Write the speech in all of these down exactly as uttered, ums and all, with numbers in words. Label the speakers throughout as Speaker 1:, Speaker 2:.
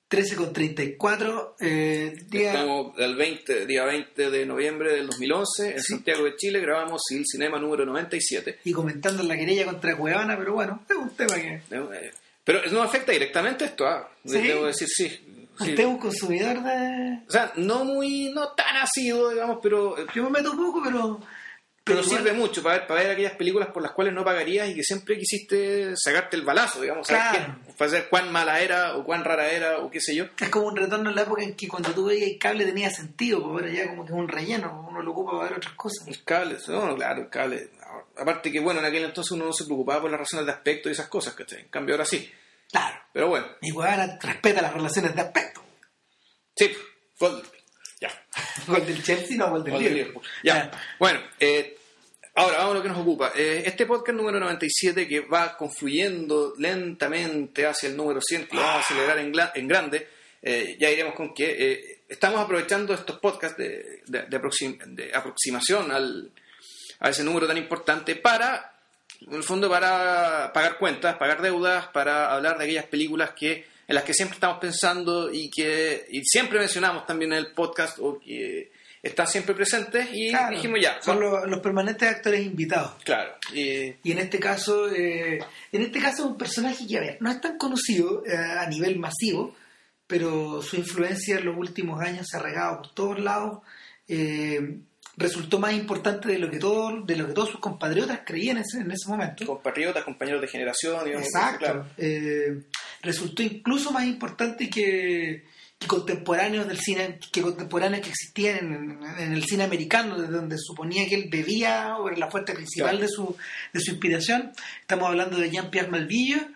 Speaker 1: trece con treinta y cuatro. Eh, día...
Speaker 2: Estamos el veinte, día veinte de noviembre del dos mil once en ¿Sí? Santiago de Chile. Grabamos Civil Cinema número noventa y siete.
Speaker 1: Y comentando la querella contra Cuevana, pero bueno, es un tema que...
Speaker 2: Pero no afecta directamente esto, ¿ah?
Speaker 1: ¿Sí?
Speaker 2: Debo decir, sí.
Speaker 1: ¿Usted
Speaker 2: sí.
Speaker 1: es un consumidor de...?
Speaker 2: O sea, no muy, no tan asiduo, digamos, pero...
Speaker 1: Yo me meto un poco, pero...
Speaker 2: Pero,
Speaker 1: pero
Speaker 2: sirve
Speaker 1: igual...
Speaker 2: mucho para ver, para ver aquellas películas por las cuales no pagarías y que siempre quisiste sacarte el balazo, digamos.
Speaker 1: Claro.
Speaker 2: ¿Sabes qué? Para saber cuán mala era o cuán rara era o qué sé yo.
Speaker 1: Es como un retorno a la época en que cuando tú veías el cable tenía sentido, porque ahora ya como que es un relleno, uno lo ocupa para ver otras cosas.
Speaker 2: El cable, no, claro, el cable. Aparte que, bueno, en aquel entonces uno no se preocupaba por las razones de aspecto y esas cosas, ¿cachai? En cambio ahora sí.
Speaker 1: Claro.
Speaker 2: Pero bueno.
Speaker 1: Y Cuevana respeta las relaciones de aspecto.
Speaker 2: Sí, gol. Ya.
Speaker 1: ¿Gol del Chelsea? No, gol del
Speaker 2: Gol
Speaker 1: Liverpool.
Speaker 2: Ya. ya. Bueno, eh... Ahora, vamos a lo que nos ocupa. Eh, este podcast número noventa y siete que va confluyendo lentamente hacia el número cien, que lo vamos a celebrar en, gla- en grande, eh, ya iremos con que eh, estamos aprovechando estos podcasts de, de, de, aproxim- de aproximación al, a ese número tan importante para, en el fondo, para pagar cuentas, pagar deudas, para hablar de aquellas películas que en las que siempre estamos pensando y que y siempre mencionamos también en el podcast o que... están siempre presentes y
Speaker 1: claro,
Speaker 2: dijimos ya.
Speaker 1: Son los, los permanentes actores invitados.
Speaker 2: Claro. Y,
Speaker 1: y en este caso, eh, en este caso es un personaje que, a ver, no es tan conocido eh, a nivel masivo, pero su influencia en los últimos años se ha regado por todos lados. Eh, resultó más importante de lo que todo, de lo que todos sus compatriotas creían en ese, en ese momento.
Speaker 2: Compatriotas, compañeros de generación, digamos.
Speaker 1: Exacto.
Speaker 2: Claro.
Speaker 1: Eh, resultó incluso más importante que que contemporáneos del cine, que contemporáneos que existían en, en el cine americano, desde donde suponía que él bebía o era la fuente principal claro. de su de su inspiración. Estamos hablando de Jean-Pierre Melville,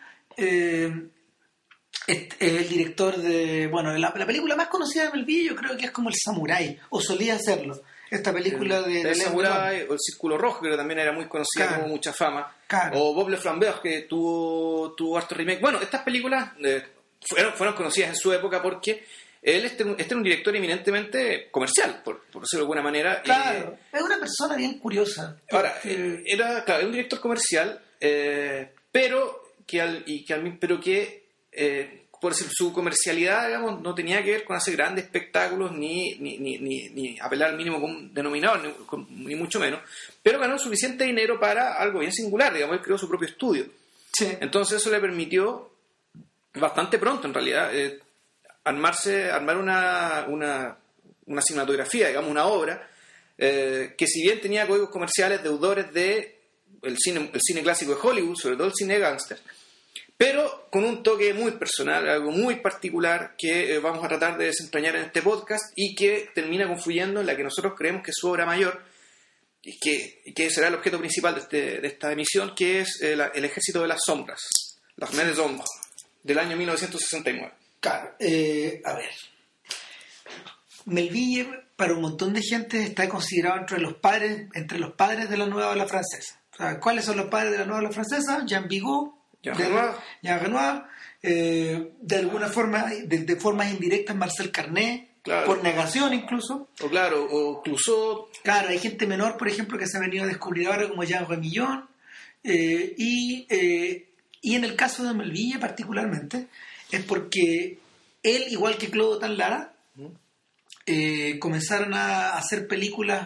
Speaker 1: eh, es, es el director de, bueno, la, la película más conocida de Melville yo creo que es como El Samurái, o solía hacerlo. Esta película de...
Speaker 2: El,
Speaker 1: de
Speaker 2: el Samurái, o El Círculo Rojo, que también era muy conocida,
Speaker 1: claro.
Speaker 2: tuvo mucha fama.
Speaker 1: Claro.
Speaker 2: O Bob Le Flambeur, que tuvo, tuvo harto remake. Bueno, estas películas... Eh, Fueron, fueron conocidas en su época porque él este, este era un director eminentemente comercial, por, por decirlo de alguna manera.
Speaker 1: Claro,
Speaker 2: eh,
Speaker 1: es una persona bien curiosa.
Speaker 2: Ahora, eh, era, claro, era un director comercial, eh, pero que, al, y que al, pero que eh, por decir, su comercialidad, digamos, no tenía que ver con hacer grandes espectáculos ni, ni, ni, ni, ni apelar al mínimo común denominador, ni, con, ni mucho menos, pero ganó suficiente dinero para algo bien singular, digamos, él creó su propio estudio.
Speaker 1: Sí.
Speaker 2: Entonces eso le permitió bastante pronto en realidad eh, armarse armar una, una una cinematografía, digamos una obra eh, que si bien tenía códigos comerciales deudores de el cine el cine clásico de Hollywood, sobre todo el cine de gángster, pero con un toque muy personal, algo muy particular que eh, vamos a tratar de desentrañar en este podcast y que termina confluyendo en la que nosotros creemos que es su obra mayor y que, y que será el objeto principal de, este, de esta emisión, que es eh, la, El Ejército de las Sombras, Las Menes Ombres, del año mil novecientos sesenta y nueve.
Speaker 1: Claro, eh, a ver. Melville, para un montón de gente, está considerado entre los padres, entre los padres de la nueva ola francesa. O sea, ¿cuáles son los padres de la nueva ola francesa? Jean Vigo,
Speaker 2: Jean
Speaker 1: de,
Speaker 2: Renoir,
Speaker 1: Jean Renoir eh, de alguna forma, de, de formas indirectas, Marcel Carné, claro. Por negación incluso.
Speaker 2: O claro, o Clouseau.
Speaker 1: Claro, hay gente menor, por ejemplo, que se ha venido a descubrir ahora como Jean Remillon, eh, y... Eh, Y en el caso de Melville particularmente, es porque él, igual que Claude Tanlara, eh, comenzaron a hacer películas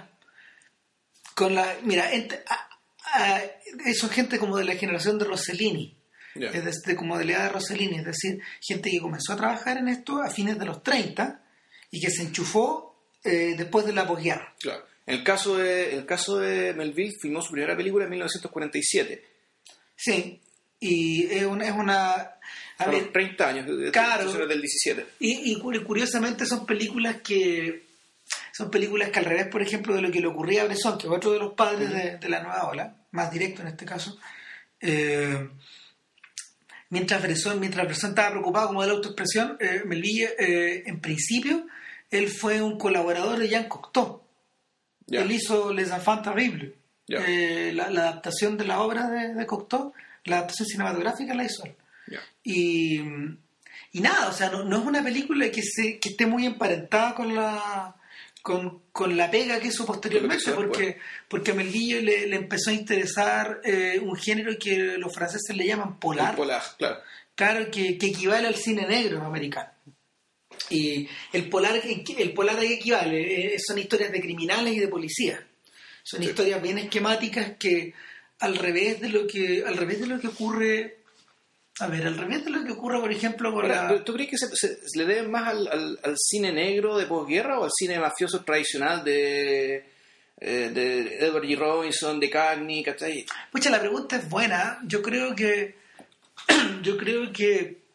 Speaker 1: con la... Mira, ent, a, a, son gente como de la generación de Rossellini, yeah. es decir, como de la edad de Rossellini, es decir, gente que comenzó a trabajar en esto a fines de los treinta y que se enchufó eh, después de la posguerra.
Speaker 2: Claro. En el caso de, en el caso de Melville, filmó su primera película en mil novecientos cuarenta y siete.
Speaker 1: Sí. Y es una... Es una a,
Speaker 2: a
Speaker 1: ver,
Speaker 2: los treinta años,
Speaker 1: claro,
Speaker 2: del diecisiete.
Speaker 1: Y, y curiosamente son películas que... Son películas que al revés, por ejemplo, de lo que le ocurría a Bresson, que es otro de los padres uh-huh. de, de la nueva ola, más directo en este caso. Eh, mientras Bresson, mientras Bresson estaba preocupado como de la autoexpresión, eh, Melville, eh, en principio, él fue un colaborador de Jean Cocteau. Yeah. Él hizo Les Enfants Terribles, yeah. eh, la, la adaptación de la obra de, de Cocteau. La adaptación cinematográfica la hizo él. Yeah. Y, y nada, o sea, no, no es una película que se que esté muy emparentada con la con, con la pega que hizo posteriormente, porque, porque a Melville le, le empezó a interesar eh, un género que los franceses le llaman polar.
Speaker 2: El polar, claro.
Speaker 1: Claro, que, que equivale al cine negro americano. Y el polar, el polar ahí equivale, eh, son historias de criminales y de policías. Son sí. historias bien esquemáticas que al revés de lo que al revés de lo que ocurre, a ver, al revés de lo que ocurre, por ejemplo, con
Speaker 2: Ahora,
Speaker 1: la...
Speaker 2: ¿tú crees que se, se, se le deben más al, al, al cine negro de posguerra o al cine mafioso tradicional de, eh, de Edward G. Robinson, de Cagney, ¿cachai?
Speaker 1: Pucha, la pregunta es buena. Yo creo que yo creo que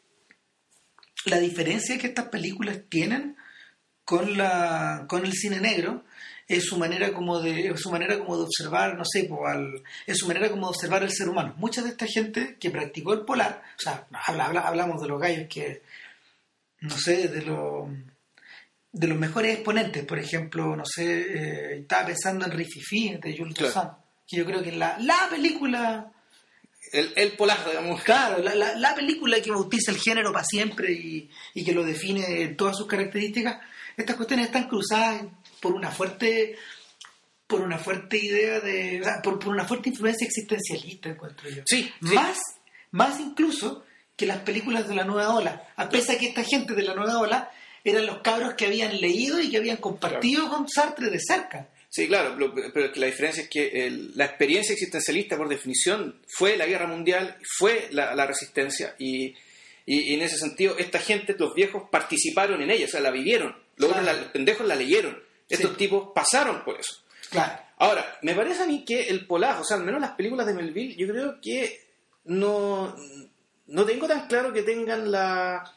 Speaker 1: la diferencia que estas películas tienen con la con el cine negro es su manera como de es su manera como de observar, no sé, pues, al, es su manera como de observar el ser humano. Mucha de esta gente que practicó el polar, o sea, habla, habla, hablamos de los gallos que, no sé, de los de los mejores exponentes, por ejemplo, no sé, eh, estaba pensando en Rififi de Jules
Speaker 2: claro.
Speaker 1: Toussaint, que yo creo que es la, la película...
Speaker 2: El, el polar, digamos.
Speaker 1: Claro, la, la, la película que bautiza el género para siempre y, y que lo define en todas sus características. Estas cuestiones están cruzadas por una fuerte por una fuerte idea de... O sea, por, por una fuerte influencia existencialista, encuentro yo.
Speaker 2: Sí, sí.
Speaker 1: Más, más incluso que las películas de la nueva ola. A pesar de que esta gente de la nueva ola eran los cabros que habían leído y que habían compartido claro. con Sartre de cerca.
Speaker 2: Sí, claro, pero la diferencia es que el, la experiencia existencialista, por definición, fue la guerra mundial, fue la, la resistencia, y, y, y en ese sentido, esta gente, los viejos, participaron en ella, o sea, la vivieron, los, claro. la, los pendejos la leyeron, estos sí. tipos pasaron por eso.
Speaker 1: Claro.
Speaker 2: Ahora, me parece a mí que el polar, o sea, al menos las películas de Melville, yo creo que no, no tengo tan claro que tengan la...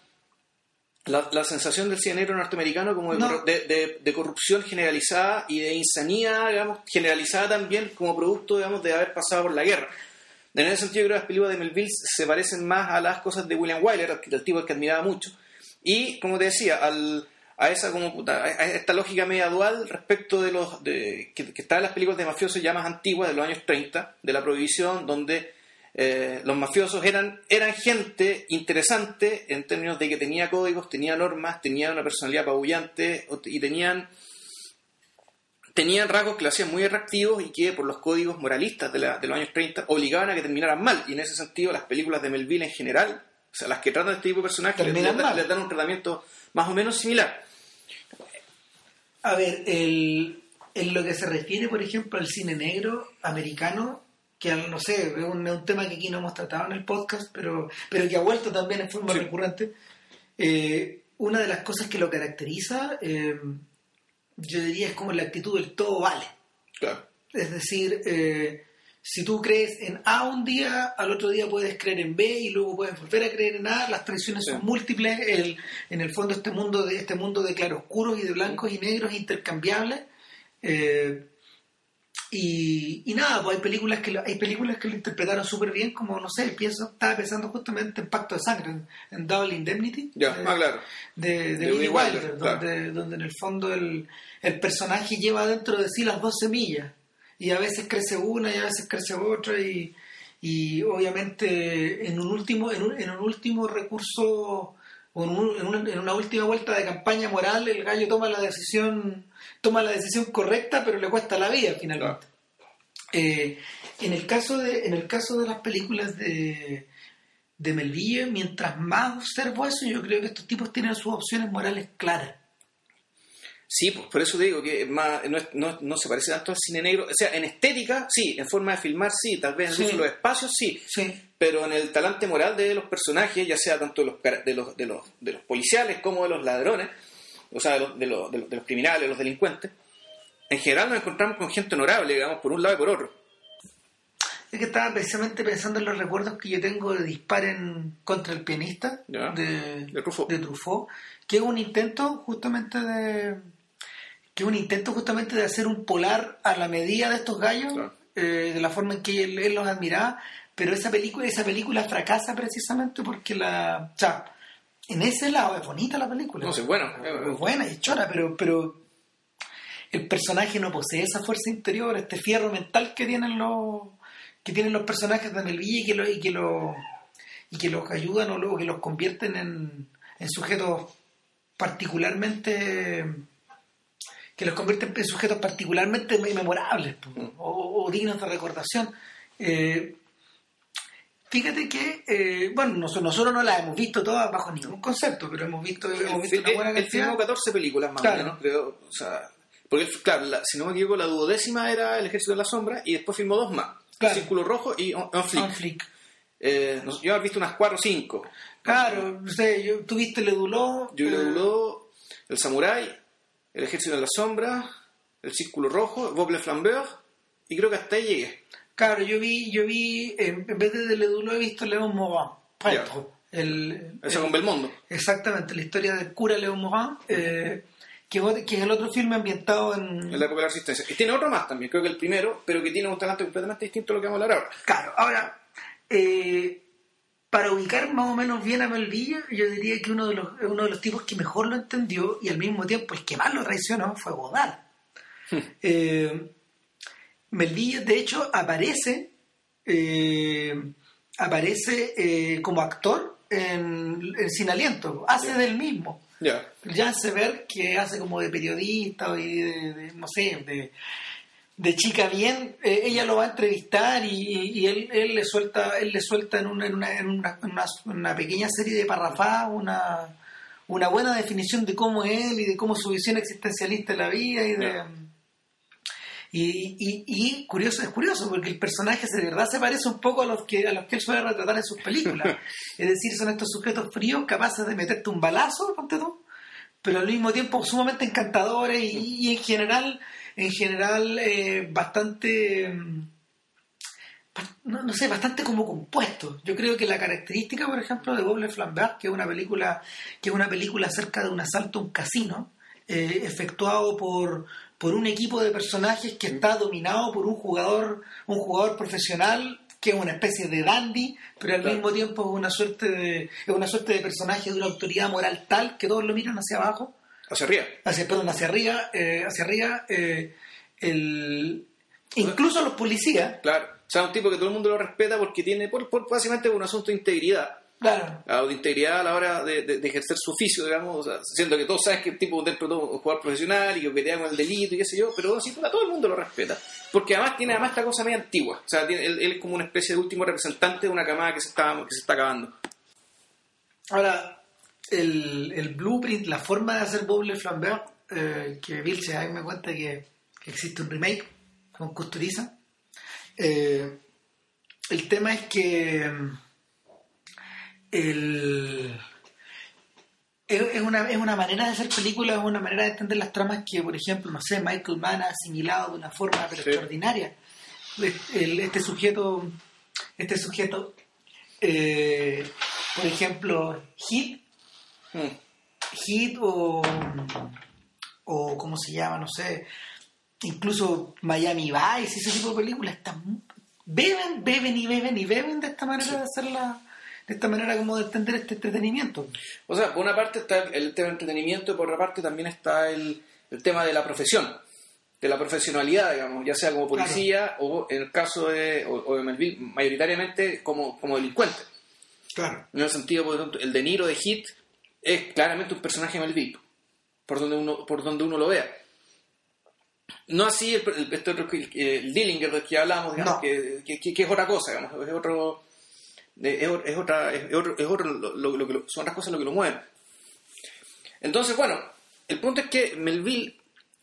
Speaker 2: La, la sensación del cine negro norteamericano como de, no. de, de, de corrupción generalizada y de insanía, digamos, generalizada también como producto, digamos, de haber pasado por la guerra. En ese sentido, yo creo que las películas de Melville se parecen más a las cosas de William Wyler, el tipo que admiraba mucho, y, como te decía, al, a esa como puta, a esta lógica media dual respecto de los de, que, que está en las películas de mafiosos ya más antiguas, de los años treinta, de la prohibición, donde Eh, los mafiosos eran, eran gente interesante en términos de que tenía códigos, tenía normas, tenía una personalidad apabullante y tenían, tenían rasgos que lo hacían muy atractivos y que por los códigos moralistas de, la, de los años treinta obligaban a que terminaran mal. Y en ese sentido las películas de Melville en general, o sea, las que tratan de este tipo de personajes, les, les, les dan un tratamiento más o menos similar.
Speaker 1: A ver, el, en lo que se refiere, por ejemplo, al cine negro americano, que no sé, es un, es un tema que aquí no hemos tratado en el podcast, pero, pero que ha vuelto también en forma sí. recurrente. Eh, una de las cosas que lo caracteriza, eh, yo diría, es como la actitud del todo vale.
Speaker 2: Claro.
Speaker 1: Es decir, eh, si tú crees en A un día, al otro día puedes creer en B y luego puedes volver a creer en A. Las traiciones sí. son múltiples. El, en el fondo, este mundo de este mundo de claroscuros y de blancos sí. y negros intercambiables. Eh, Y, y nada, pues hay películas que lo, hay películas que lo interpretaron súper bien, como, no sé, pienso, estaba pensando justamente en Pacto de Sangre, en, en Double Indemnity,
Speaker 2: ya,
Speaker 1: de,
Speaker 2: ah, claro.
Speaker 1: de, de Billy Wilder, claro. donde, donde en el fondo el, el personaje lleva dentro de sí las dos semillas, y a veces crece una y a veces crece otra, y, y obviamente en un último, en un, en un último recurso, o en, un, en, una, en una última vuelta de campaña moral, el gallo toma la decisión toma la decisión correcta, pero le cuesta la vida finalmente. Claro. Eh, en el caso de en el caso de las películas de de Melville, mientras más observo eso, yo creo que estos tipos tienen sus opciones morales claras.
Speaker 2: Sí, pues por eso te digo que más, no, no, no se parece tanto al cine negro. O sea, en estética, sí, en forma de filmar, sí, tal vez en sí. los espacios, sí.
Speaker 1: sí.
Speaker 2: Pero en el talante moral de los personajes, ya sea tanto de los, de los, de los, de los policiales como de los ladrones, o sea, de los, de, los, de, los, de los criminales, de los delincuentes, en general nos encontramos con gente honorable, digamos, por un lado y por otro.
Speaker 1: Es que estaba precisamente pensando en los recuerdos que yo tengo de Disparen contra el pianista,
Speaker 2: ¿Ya?
Speaker 1: de,
Speaker 2: de, Truffaut.
Speaker 1: de Truffaut, que es un intento justamente de que es un intento justamente de hacer un polar a la medida de estos gallos, claro. eh, de la forma en que él, él los admiraba, pero esa película esa película fracasa precisamente porque la, o sea, en ese lado es bonita la película.
Speaker 2: No, es buena.
Speaker 1: Es buena y chora, pero, pero el personaje no posee esa fuerza interior, este fierro mental que tienen los que tienen los personajes de Melville y que lo, y que lo, y que los ayudan o luego que los convierten en, en sujetos particularmente que los convierten en sujetos particularmente memorables o, o dignos de recordación. Eh, Fíjate que, eh, bueno, nosotros, nosotros no las hemos visto todas bajo ningún concepto, pero hemos visto, hemos visto una buena
Speaker 2: Él
Speaker 1: cantidad.
Speaker 2: filmó catorce películas más
Speaker 1: Claro.
Speaker 2: o menos, creo. O sea, porque, claro, la, si no me equivoco, la duodécima era El Ejército de la Sombra y después filmó dos más.
Speaker 1: Claro.
Speaker 2: El Círculo Rojo y On, On Flick.
Speaker 1: On Flick.
Speaker 2: Eh, no sé, yo he visto unas cuatro o cinco.
Speaker 1: Claro, no sé, yo, tú viste Le Duló.
Speaker 2: Yo le
Speaker 1: eh,
Speaker 2: Duló, El Samurái, El Ejército de la Sombra, El Círculo Rojo, Bob Le Flambeur, y creo que hasta ahí llegué.
Speaker 1: Claro, yo vi, yo vi, en, en vez de Le Duló he visto Léon Morin. Prêtre, el,
Speaker 2: Eso
Speaker 1: el-
Speaker 2: con Belmondo.
Speaker 1: Exactamente, la historia del cura Léon Morin, eh, que, que es el otro filme ambientado en...
Speaker 2: En la época de la Resistencia. Y tiene otro más también, creo que el primero, pero que tiene un talante completamente distinto a lo que vamos a hablar ahora.
Speaker 1: Claro, ahora, eh, para ubicar más o menos bien a Melville, yo diría que uno de los uno de los tipos que mejor lo entendió y al mismo tiempo el que más lo traicionó fue Godard. eh, Melville, de hecho, aparece eh, aparece eh, como actor en, en Sin Aliento, hace
Speaker 2: Yeah.
Speaker 1: del mismo.
Speaker 2: Ya.
Speaker 1: Jan Sever, que hace como de periodista y de, de, no sé, de, de chica bien, eh, ella lo va a entrevistar y, y él, él le suelta él le suelta en una, en una, en una, en una, una pequeña serie de parrafadas una, una buena definición de cómo es él y de cómo su visión existencialista de la vida y de...
Speaker 2: Yeah.
Speaker 1: Y, y, y curioso, es curioso porque el personaje de verdad se parece un poco a los que a los que él suele retratar en sus películas. Es decir, son estos sujetos fríos capaces de meterte un balazo, ponte tú, pero al mismo tiempo sumamente encantadores y, y en general, en general eh, bastante, mm, ba- no, no sé, bastante como compuestos. Yo creo que la característica, por ejemplo, de Bob Le Flambeur, que es una película, que es una película acerca de un asalto a un casino, eh, efectuado por por un equipo de personajes que está dominado por un jugador un jugador profesional que es una especie de dandy, pero al
Speaker 2: Claro.
Speaker 1: mismo tiempo es una suerte de es una suerte de personaje de una autoridad moral tal que todos lo miran hacia abajo,
Speaker 2: Hacia arriba.
Speaker 1: hacia perdón, hacia arriba, eh, hacia arriba, eh, el incluso los policías,
Speaker 2: Claro. O sea, un tipo que todo el mundo lo respeta porque tiene, por, por básicamente un asunto de integridad.
Speaker 1: claro,
Speaker 2: O de integridad a la hora de, de, de ejercer su oficio, digamos, o sea, siendo que todos saben que el tipo es un jugador profesional y que pelea con el delito y qué sé yo, pero sí, todo el mundo lo respeta. Porque además tiene además esta cosa media antigua. O sea, tiene, él, él es como una especie de último representante de una camada que se está, que se está acabando.
Speaker 1: ahora el, el blueprint, la forma de hacer Bob Le Flambeur, eh, que Bill se da me cuenta que, que existe un remake con Kusturica. Eh, el tema es que mm, el, es, es una, es una manera de hacer películas, es una manera de entender las tramas que, por ejemplo, no sé, Michael Mann ha asimilado de una forma pero
Speaker 2: Sí.
Speaker 1: extraordinaria. El- este sujeto, este sujeto, eh, por ejemplo, Hit,
Speaker 2: Hmm.
Speaker 1: Hit o, o ¿cómo se llama? No sé, incluso Miami Vice, ese tipo de películas están beben, beben y beben y beben de esta manera
Speaker 2: Sí.
Speaker 1: de hacerla, de esta manera como de entender este entretenimiento.
Speaker 2: O sea, por una parte está el tema del entretenimiento y por otra parte también está el, el tema de la profesión, de la profesionalidad, digamos, ya sea como policía o en el caso de, o, o de Melville, mayoritariamente como, como delincuente.
Speaker 1: Claro.
Speaker 2: En el sentido, por ejemplo, el De Niro de Hit es claramente un personaje de Melville, por donde uno, por donde uno lo vea. No así el, el, este otro, el, el Dillinger del que hablamos, digamos,
Speaker 1: No.
Speaker 2: que, que, que es otra cosa, digamos, es otro, es, es otra, es otro, es otro lo, lo, lo que lo, son otras cosas lo que lo mueven. Entonces, bueno, el punto es que Melville,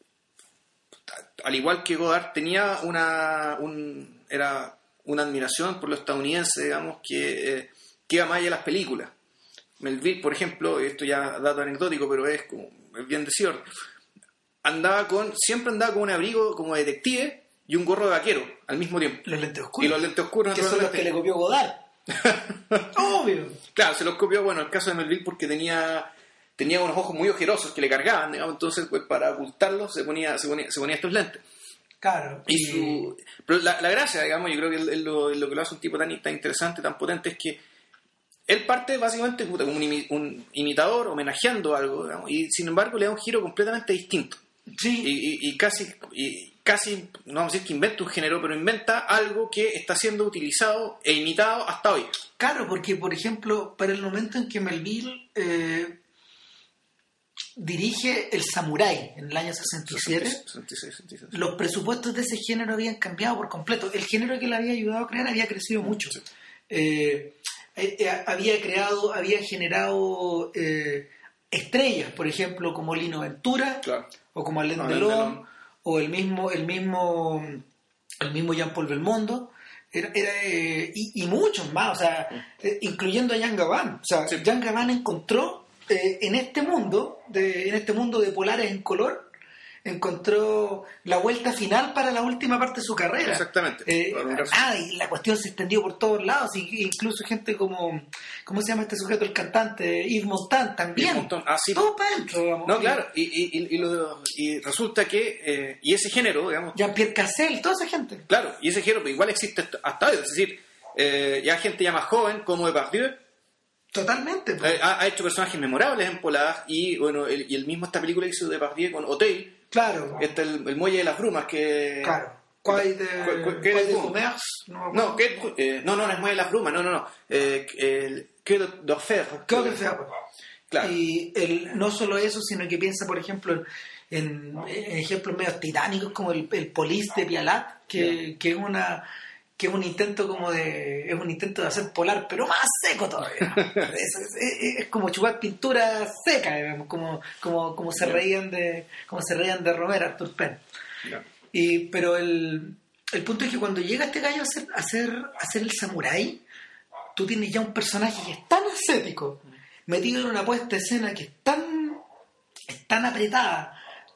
Speaker 2: al igual que Godard, tenía una, un, era una admiración por lo estadounidense, digamos, que, eh, que iba más allá de las películas. Melville, por ejemplo, esto ya dato anecdótico, pero es como es bien decir, andaba con, siempre andaba con un abrigo como de detective y un gorro de vaquero al mismo tiempo.
Speaker 1: Los lentes oscuros.
Speaker 2: Y los lentes oscuros,
Speaker 1: que son los que le copió Godard. Obvio.
Speaker 2: Claro, se los copió, bueno, en el caso de Melville porque tenía tenía unos ojos muy ojerosos que le cargaban, digamos, entonces pues para ocultarlos se ponía se ponía, se ponía estos lentes.
Speaker 1: Claro.
Speaker 2: Y su, pero la, la gracia, digamos, yo creo que él, él lo, lo que lo hace un tipo tan, tan interesante, tan potente, es que él parte básicamente puta, como un, imi, un imitador, homenajeando algo, digamos, y sin embargo le da un giro completamente distinto.
Speaker 1: Sí.
Speaker 2: Y, y, y casi, y casi, no vamos a decir que inventa un género, pero inventa algo que está siendo utilizado e imitado hasta hoy.
Speaker 1: Claro, porque, por ejemplo, para el momento en que Melville eh, dirige El Samurái en el año sesenta y siete,
Speaker 2: sesenta y seis, sesenta y seis.
Speaker 1: los presupuestos de ese género habían cambiado por completo. El género que le había ayudado a crear había crecido mucho.
Speaker 2: Sí.
Speaker 1: eh, eh, había creado, había generado eh, estrellas, por ejemplo, como Lino Ventura,
Speaker 2: claro.
Speaker 1: o como Alain
Speaker 2: No,
Speaker 1: Delon,
Speaker 2: Delon,
Speaker 1: o el mismo, el mismo, el mismo Jean-Paul Belmondo. Era, era, eh, y, y muchos más, o sea, eh, incluyendo a Jean Gabin. O sea,
Speaker 2: sí.
Speaker 1: Jean Gabin encontró eh, en este mundo, de, en este mundo de polares en color, encontró la vuelta final para la última parte de su carrera.
Speaker 2: Exactamente.
Speaker 1: Eh, ah, y la cuestión se extendió por todos lados, y, incluso gente como, ¿cómo se llama este sujeto? El cantante Yves Montand también.
Speaker 2: Yves Montand, ah, sí.
Speaker 1: Todo para adentro, digamos.
Speaker 2: No, claro, y, y, y, lo, y resulta que, eh, y ese género, digamos...
Speaker 1: Jean-Pierre Cassel, toda esa gente.
Speaker 2: Claro, y ese género igual existe hasta hoy, es decir, eh, ya gente ya más joven, como Depardieu,
Speaker 1: totalmente.
Speaker 2: Eh, ha, ha hecho personajes memorables en Poladas, y bueno, el, y el mismo esta película hizo Depardieu con Hotel.
Speaker 1: Claro.
Speaker 2: Este, el, el Muelle de las Brumas, que...
Speaker 1: Claro. ¿Cuál de,
Speaker 2: ¿Cuál, ¿qué
Speaker 1: ¿cuál de
Speaker 2: de
Speaker 1: Commerce?
Speaker 2: No, no, ¿qué, eh, no, no, no es Muelle de las Brumas, no, no, no. Eh, el, ¿Qué de Fer?
Speaker 1: Creo que sea.
Speaker 2: Claro.
Speaker 1: Y el, no solo eso, sino que piensa, por ejemplo, en, en ejemplos medio titánicos como el, el Police de Pialat, que, yeah. que es una... que es un intento como de es un intento de hacer Polar, pero más seco todavía. es, es, es como chupar pintura seca, digamos, como como como se reían de como se reían de Romer, Arthur Penn.
Speaker 2: Yeah.
Speaker 1: Y pero el, el punto es que cuando llega este gallo a hacer a hacer, a hacer el samurái, tú tienes ya un personaje que es tan ascético, metido en una puesta de escena que es tan es tan apretada,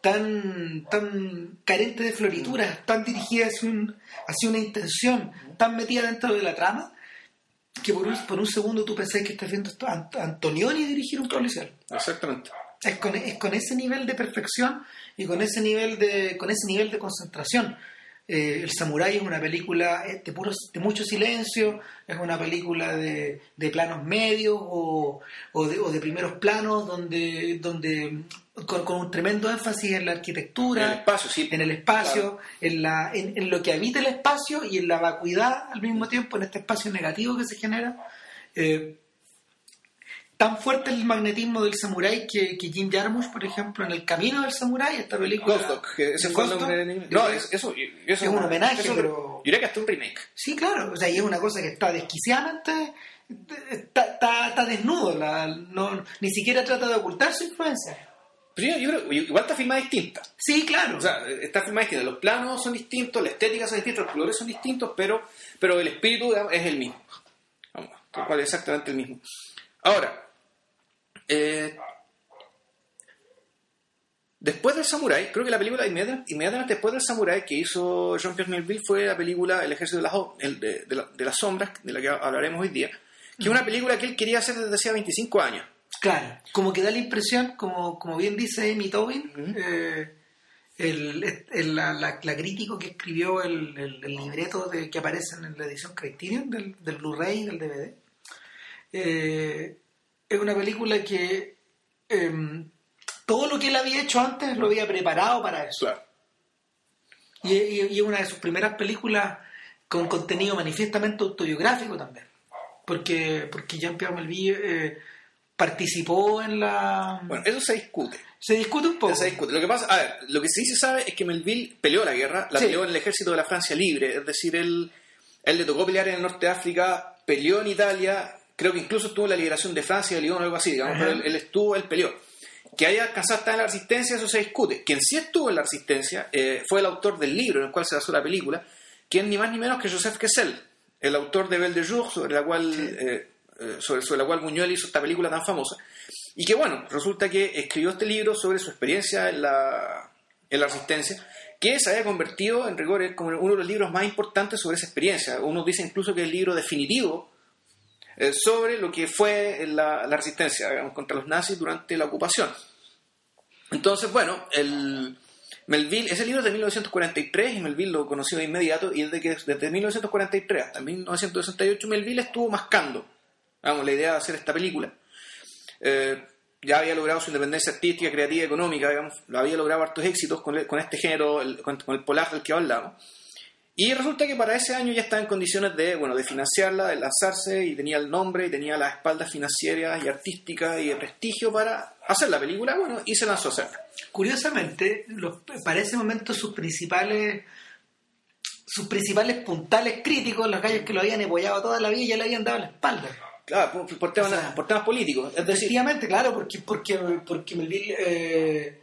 Speaker 1: tan tan carente de florituras, tan dirigida hacia, un, hacia una intención, tan metida dentro de la trama, que por un, por un segundo tú pensás que estás viendo esto, a Antonioni dirigir un policial.
Speaker 2: Exactamente.
Speaker 1: Es con, es con ese nivel de perfección y con ese nivel de con ese nivel de concentración. Eh, el Samurái es una película de, puro, de mucho silencio, es una película de, de planos medios o, o, de, o de primeros planos donde, donde con, con un tremendo énfasis en la arquitectura,
Speaker 2: en el espacio, sí.
Speaker 1: en, el espacio
Speaker 2: claro.
Speaker 1: en, la, en, en lo que habita el espacio y en la vacuidad al mismo tiempo, en este espacio negativo que se genera. Eh, tan fuerte el magnetismo del samurái que, que Jim Jarmusch, por ejemplo, en El camino del samurái, esta película
Speaker 2: Ghost Dog, que ese fue el nombre en inglés. No, es, eso, eso
Speaker 1: es un
Speaker 2: una,
Speaker 1: homenaje,
Speaker 2: eso,
Speaker 1: pero...
Speaker 2: Yo diría que hasta un remake.
Speaker 1: Sí, claro, o sea, y es una cosa que está desquiciadamente... Está, está, está desnudo, la, no, ni siquiera trata de ocultar su influencia.
Speaker 2: Pero yo, yo creo, igual está filmada distinta.
Speaker 1: Sí, claro.
Speaker 2: O sea, está filmada distinta. Los planos son distintos, la estética son distintos, los colores son distintos, pero, pero el espíritu, digamos, es el mismo. Vamos, cual es exactamente el mismo. Ahora, eh, después del Samurai, creo que la película inmediatamente, inmediatamente después del Samurai que hizo Jean-Pierre Melville fue la película El ejército de las, el, de, de, la, de las sombras, de la que hablaremos hoy día, que es una película que él quería hacer desde hacía veinticinco años.
Speaker 1: Claro, como que da la impresión, como, como bien dice Amy Tobin, uh-huh. eh, el, el, la, la, la crítico que escribió el, el, el libreto de, que aparece en la edición Criterion del, del Blu-ray y del D V D, eh, es una película que eh, todo lo que él había hecho antes lo había preparado para eso.
Speaker 2: Claro.
Speaker 1: Y, y, y es una de sus primeras películas con contenido manifiestamente autobiográfico también. Porque, porque Jean-Pierre Melville eh, participó en la...
Speaker 2: Bueno, eso se discute.
Speaker 1: Se discute un poco.
Speaker 2: Se discute. Lo que pasa, a ver, lo que sí se sabe es que Melville peleó la guerra, la sí. peleó en el ejército de la Francia Libre, es decir, él, él le tocó pelear en el norte de África, peleó en Italia, creo que incluso estuvo en la liberación de Francia, de Lyon o algo así, digamos, pero él, él estuvo, él peleó. Que haya alcanzado a estar en la resistencia, eso se discute. Quien sí estuvo en la resistencia eh, fue el autor del libro en el cual se basó la película, que es ni más ni menos que Joseph Kessel, el autor de Belle de Jour, sobre la cual sí. eh, sobre, sobre la cual Buñuel hizo esta película tan famosa, y que bueno, resulta que escribió este libro sobre su experiencia en la, en la resistencia, que se había convertido en rigor como uno de los libros más importantes sobre esa experiencia. Uno dice incluso que es el libro definitivo eh, sobre lo que fue la, la resistencia, digamos, contra los nazis durante la ocupación. Entonces, bueno, el Melville, ese libro es de mil novecientos cuarenta y tres y Melville lo conoció de inmediato, y desde, que, desde mil novecientos cuarenta y tres hasta mil novecientos sesenta y ocho Melville estuvo mascando, vamos, la idea de hacer esta película. Eh, ya había logrado su independencia artística, creativa y económica, digamos, lo había logrado hartos éxitos con, el, con este género, el, con, con el polar del que hablamos. Y resulta que para ese año ya estaba en condiciones de, bueno, de financiarla, de lanzarse, y tenía el nombre, y tenía las espaldas financieras y artísticas y de prestigio para hacer la película, bueno, y se lanzó a hacerla.
Speaker 1: Curiosamente, los, para ese momento sus principales sus principales puntales críticos, los gallos que lo habían apoyado toda la vida y ya le habían dado la espalda.
Speaker 2: Claro, por, por, temas,
Speaker 1: O sea,
Speaker 2: por temas políticos. Es decir,
Speaker 1: efectivamente, claro, porque porque porque Melville eh,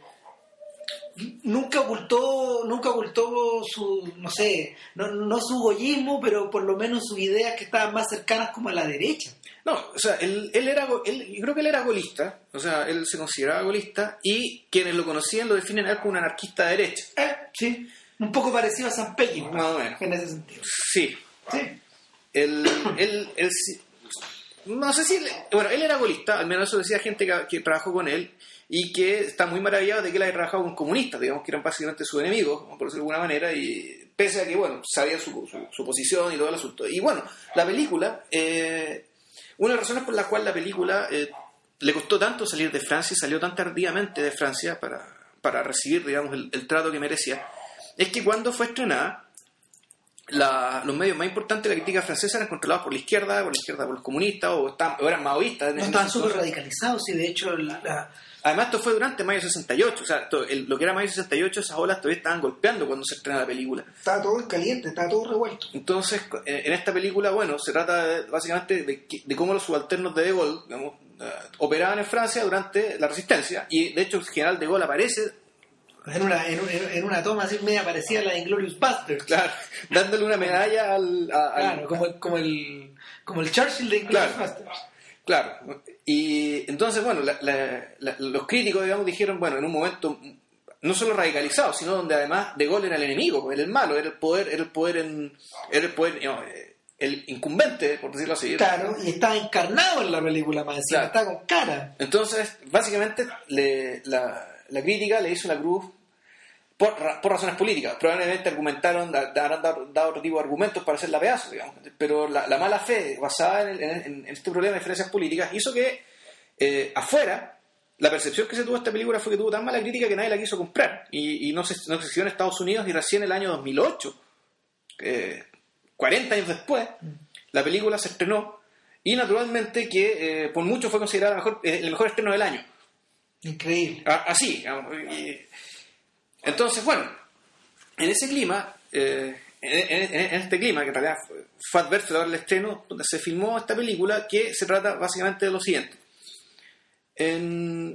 Speaker 1: nunca ocultó nunca ocultó su, no sé, no, no su goyismo, pero por lo menos sus ideas que estaban más cercanas como a la derecha.
Speaker 2: no, o sea, él, él era, él, yo creo que él era golista, o sea, él se consideraba golista y quienes lo conocían lo definen a él como un anarquista de derecha.
Speaker 1: Eh, sí, un poco parecido a San Peggy,
Speaker 2: Más o menos.
Speaker 1: en ese sentido.
Speaker 2: Sí.
Speaker 1: Sí.
Speaker 2: Él, él, él, sí- no sé si, él- bueno, él era golista, al menos eso decía gente que, que trabajó con él y que está muy maravillado de que él haya trabajado con comunistas, digamos que eran básicamente sus enemigos, por decirlo de alguna manera, y pese a que, bueno, sabían su, su, su posición y todo el asunto. Y bueno, la película, eh, una de las razones por la cual la película eh, le costó tanto salir de Francia y salió tan tardíamente de Francia para, para recibir, digamos, el, el trato que merecía, es que cuando fue estrenada, la, los medios más importantes de la crítica francesa eran controlados por la izquierda, por la izquierda por los comunistas o, estaban, o eran maoístas.
Speaker 1: No estaban súper radicalizados y de hecho la, la...
Speaker 2: Además esto fue durante mayo sesenta y ocho, o sea, todo, el, lo que era mayo sesenta y ocho, esas olas todavía estaban golpeando cuando se estrena la película.
Speaker 1: estaba todo caliente, estaba todo revuelto.
Speaker 2: Entonces, en esta película, bueno, se trata de, básicamente de, de cómo los subalternos de De Gaulle, digamos, uh, operaban en Francia durante la resistencia, y de hecho el general De Gaulle aparece,
Speaker 1: En una, en, en una toma así media parecida a la de Inglourious Basterds.
Speaker 2: claro, dándole una medalla al... a- al-
Speaker 1: Claro, como, el- como, el, como el Churchill de Inglourious
Speaker 2: Claro.
Speaker 1: Basterds.
Speaker 2: Claro, y entonces, bueno, la- la- la- los críticos, digamos, dijeron, bueno, en un momento no solo radicalizado, sino donde además De Gaulle era el enemigo, era el malo, era el poder, era el poder, en, era el poder, digamos, eh, el incumbente, por decirlo así.
Speaker 1: Claro, y estaba encarnado en la película más encima,
Speaker 2: Claro.
Speaker 1: estaba con cara.
Speaker 2: Entonces, básicamente, le- la, la crítica le hizo la cruz por, ra- por razones políticas. Probablemente argumentaron, da- habrán dado, dado otro tipo de argumentos para hacerla pedazo, digamos. Pero la, la mala fe basada en, el- en- en este problema de diferencias políticas hizo que eh, afuera la percepción que se tuvo de esta película fue que tuvo tan mala crítica que nadie la quiso comprar. Y, y no se no se exhibió en Estados Unidos y recién en el año dos mil ocho, eh, cuarenta años después, la película se estrenó y naturalmente que eh, por mucho fue considerada la mejor, eh, el mejor estreno del año.
Speaker 1: Increíble.
Speaker 2: A- Así, digamos, y- entonces, bueno, en ese clima, eh, en, en- en este clima, que en realidad fue, fue adverso de ahora el estreno, donde se filmó esta película, que se trata básicamente de lo siguiente. En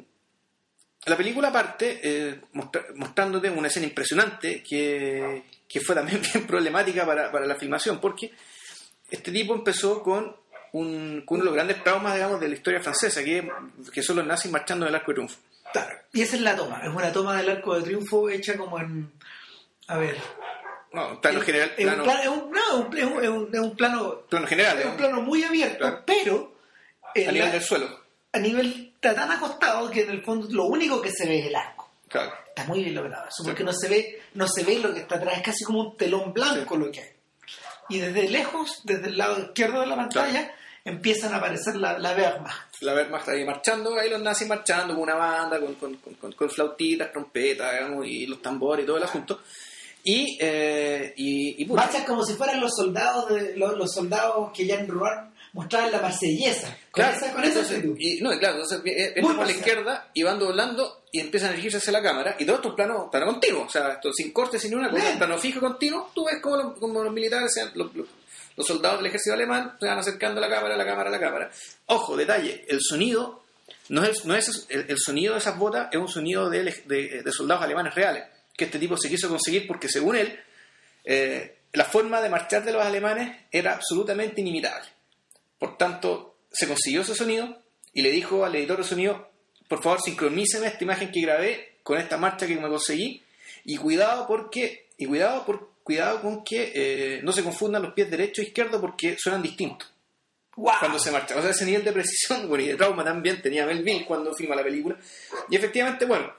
Speaker 2: la película parte eh, mostra- mostrándote una escena impresionante que, que fue también bien problemática para, para la filmación, porque este tipo empezó con, un, con uno de los grandes traumas, digamos, de la historia francesa, que, que son los nazis marchando en el Arco de Triunfo.
Speaker 1: Claro. Y esa es la toma, es una toma del Arco de Triunfo hecha como en... A ver...
Speaker 2: No, plano
Speaker 1: es-
Speaker 2: general,
Speaker 1: es,
Speaker 2: plano,
Speaker 1: un plano, es, un, no, es un- es un- es un- es un plano...
Speaker 2: plano general,
Speaker 1: Es un
Speaker 2: digamos,
Speaker 1: plano muy abierto,
Speaker 2: Claro.
Speaker 1: pero... en
Speaker 2: a nivel
Speaker 1: la-
Speaker 2: del suelo.
Speaker 1: a nivel está tan acostado que en el fondo lo único que se ve es el arco.
Speaker 2: Claro.
Speaker 1: Está muy bien logrado eso, porque
Speaker 2: Sí.
Speaker 1: no se ve no se ve lo que está atrás, es casi como un telón blanco
Speaker 2: Sí.
Speaker 1: lo que hay. Y desde lejos, desde el lado izquierdo de la pantalla, empiezan a aparecer la, la Wehrmacht.
Speaker 2: La Wehrmacht ahí marchando, ahí los nazis marchando con una banda, con, con, con, con- con flautitas, trompetas, digamos, y los tambores y todo el asunto. Y, eh, y, y puta,
Speaker 1: Marchan como si fueran los soldados de los, los soldados que Jean Rouen mostraba en la Marsellesa. Con
Speaker 2: claro,
Speaker 1: esa, con esa
Speaker 2: entonces,
Speaker 1: actitud.
Speaker 2: y, no, claro, entonces eh, entran
Speaker 1: Muy
Speaker 2: por la
Speaker 1: marcial.
Speaker 2: izquierda y van doblando y empiezan a dirigirse hacia la cámara, y todo esto es plano, plano continuo, o sea, esto sin corte, sin una cosa,
Speaker 1: Bien.
Speaker 2: plano fijo continuo. Tú ves como los, como los militares, sean los, los, los soldados del ejército alemán se van acercando a la cámara, a la cámara, a la cámara. Ojo, detalle, el sonido no es, no es el, el sonido de esas botas, es un sonido de, de, de soldados alemanes reales, que este tipo se quiso conseguir porque según él eh, la forma de marchar de los alemanes era absolutamente inimitable. Por tanto, se consiguió ese sonido y le dijo al editor de sonido: por favor, sincroníceme esta imagen que grabé con esta marcha que me conseguí, y cuidado porque y cuidado por cuidado con que eh, no se confundan los pies derecho e izquierdo porque suenan distintos
Speaker 1: ¡Wow!
Speaker 2: cuando se marcha. O sea, ese nivel de precisión, bueno, y de trauma también tenía Melville cuando filma la película. Y efectivamente, bueno,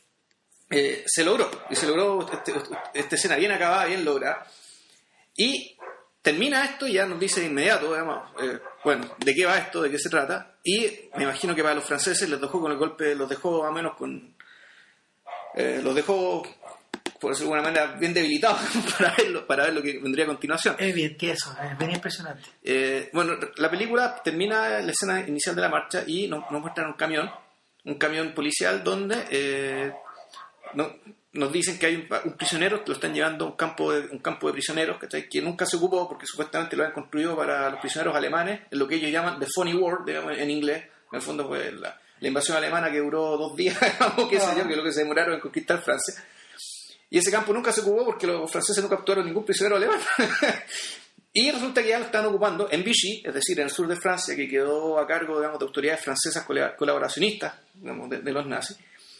Speaker 2: eh, se logró. Y se logró este, esta escena bien acabada, bien lograda. Y termina esto y ya nos dice de inmediato, digamos, eh, bueno, de qué va esto, de qué se trata. Y me imagino que para los franceses les dejó con el golpe, los dejó más o menos con... Eh, los dejó, por decirlo de alguna manera, bien debilitados para ver, para ver lo que vendría a continuación.
Speaker 1: Es bien tieso, es bien impresionante.
Speaker 2: Eh, bueno, la película termina la escena inicial de la marcha y nos, nos muestran un camión, un camión policial donde, eh, no, nos dicen que hay un, un prisionero, lo están llevando a un campo de, un campo de prisioneros, ¿cachai? Que nunca se ocupó porque supuestamente lo han construido para los prisioneros alemanes, en lo que ellos llaman the funny war, digamos, en inglés. En el fondo fue la, la invasión alemana que duró dos días, digamos, qué sé yo, que es lo que se demoraron en conquistar Francia. Y ese campo nunca se ocupó porque los franceses no capturaron ningún prisionero alemán. Y resulta que ya lo están ocupando en Vichy, es decir, en el sur de Francia, que quedó a cargo, digamos, de autoridades francesas colaboracionistas, digamos, de, de los nazis.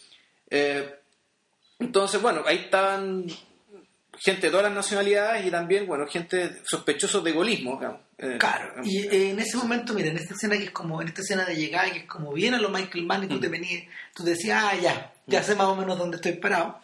Speaker 2: Eh, entonces, bueno, ahí estaban gente de todas las nacionalidades y también, bueno, gente sospechosos de gaullismo, digamos. Eh,
Speaker 1: claro, y eh, en ese momento, mira, en esta escena que es como, en esta escena de llegada, que es como bien a lo Michael Mann, y tú mm. te venías, tú decías, ah, ya, ya mm. sé más o menos dónde estoy parado.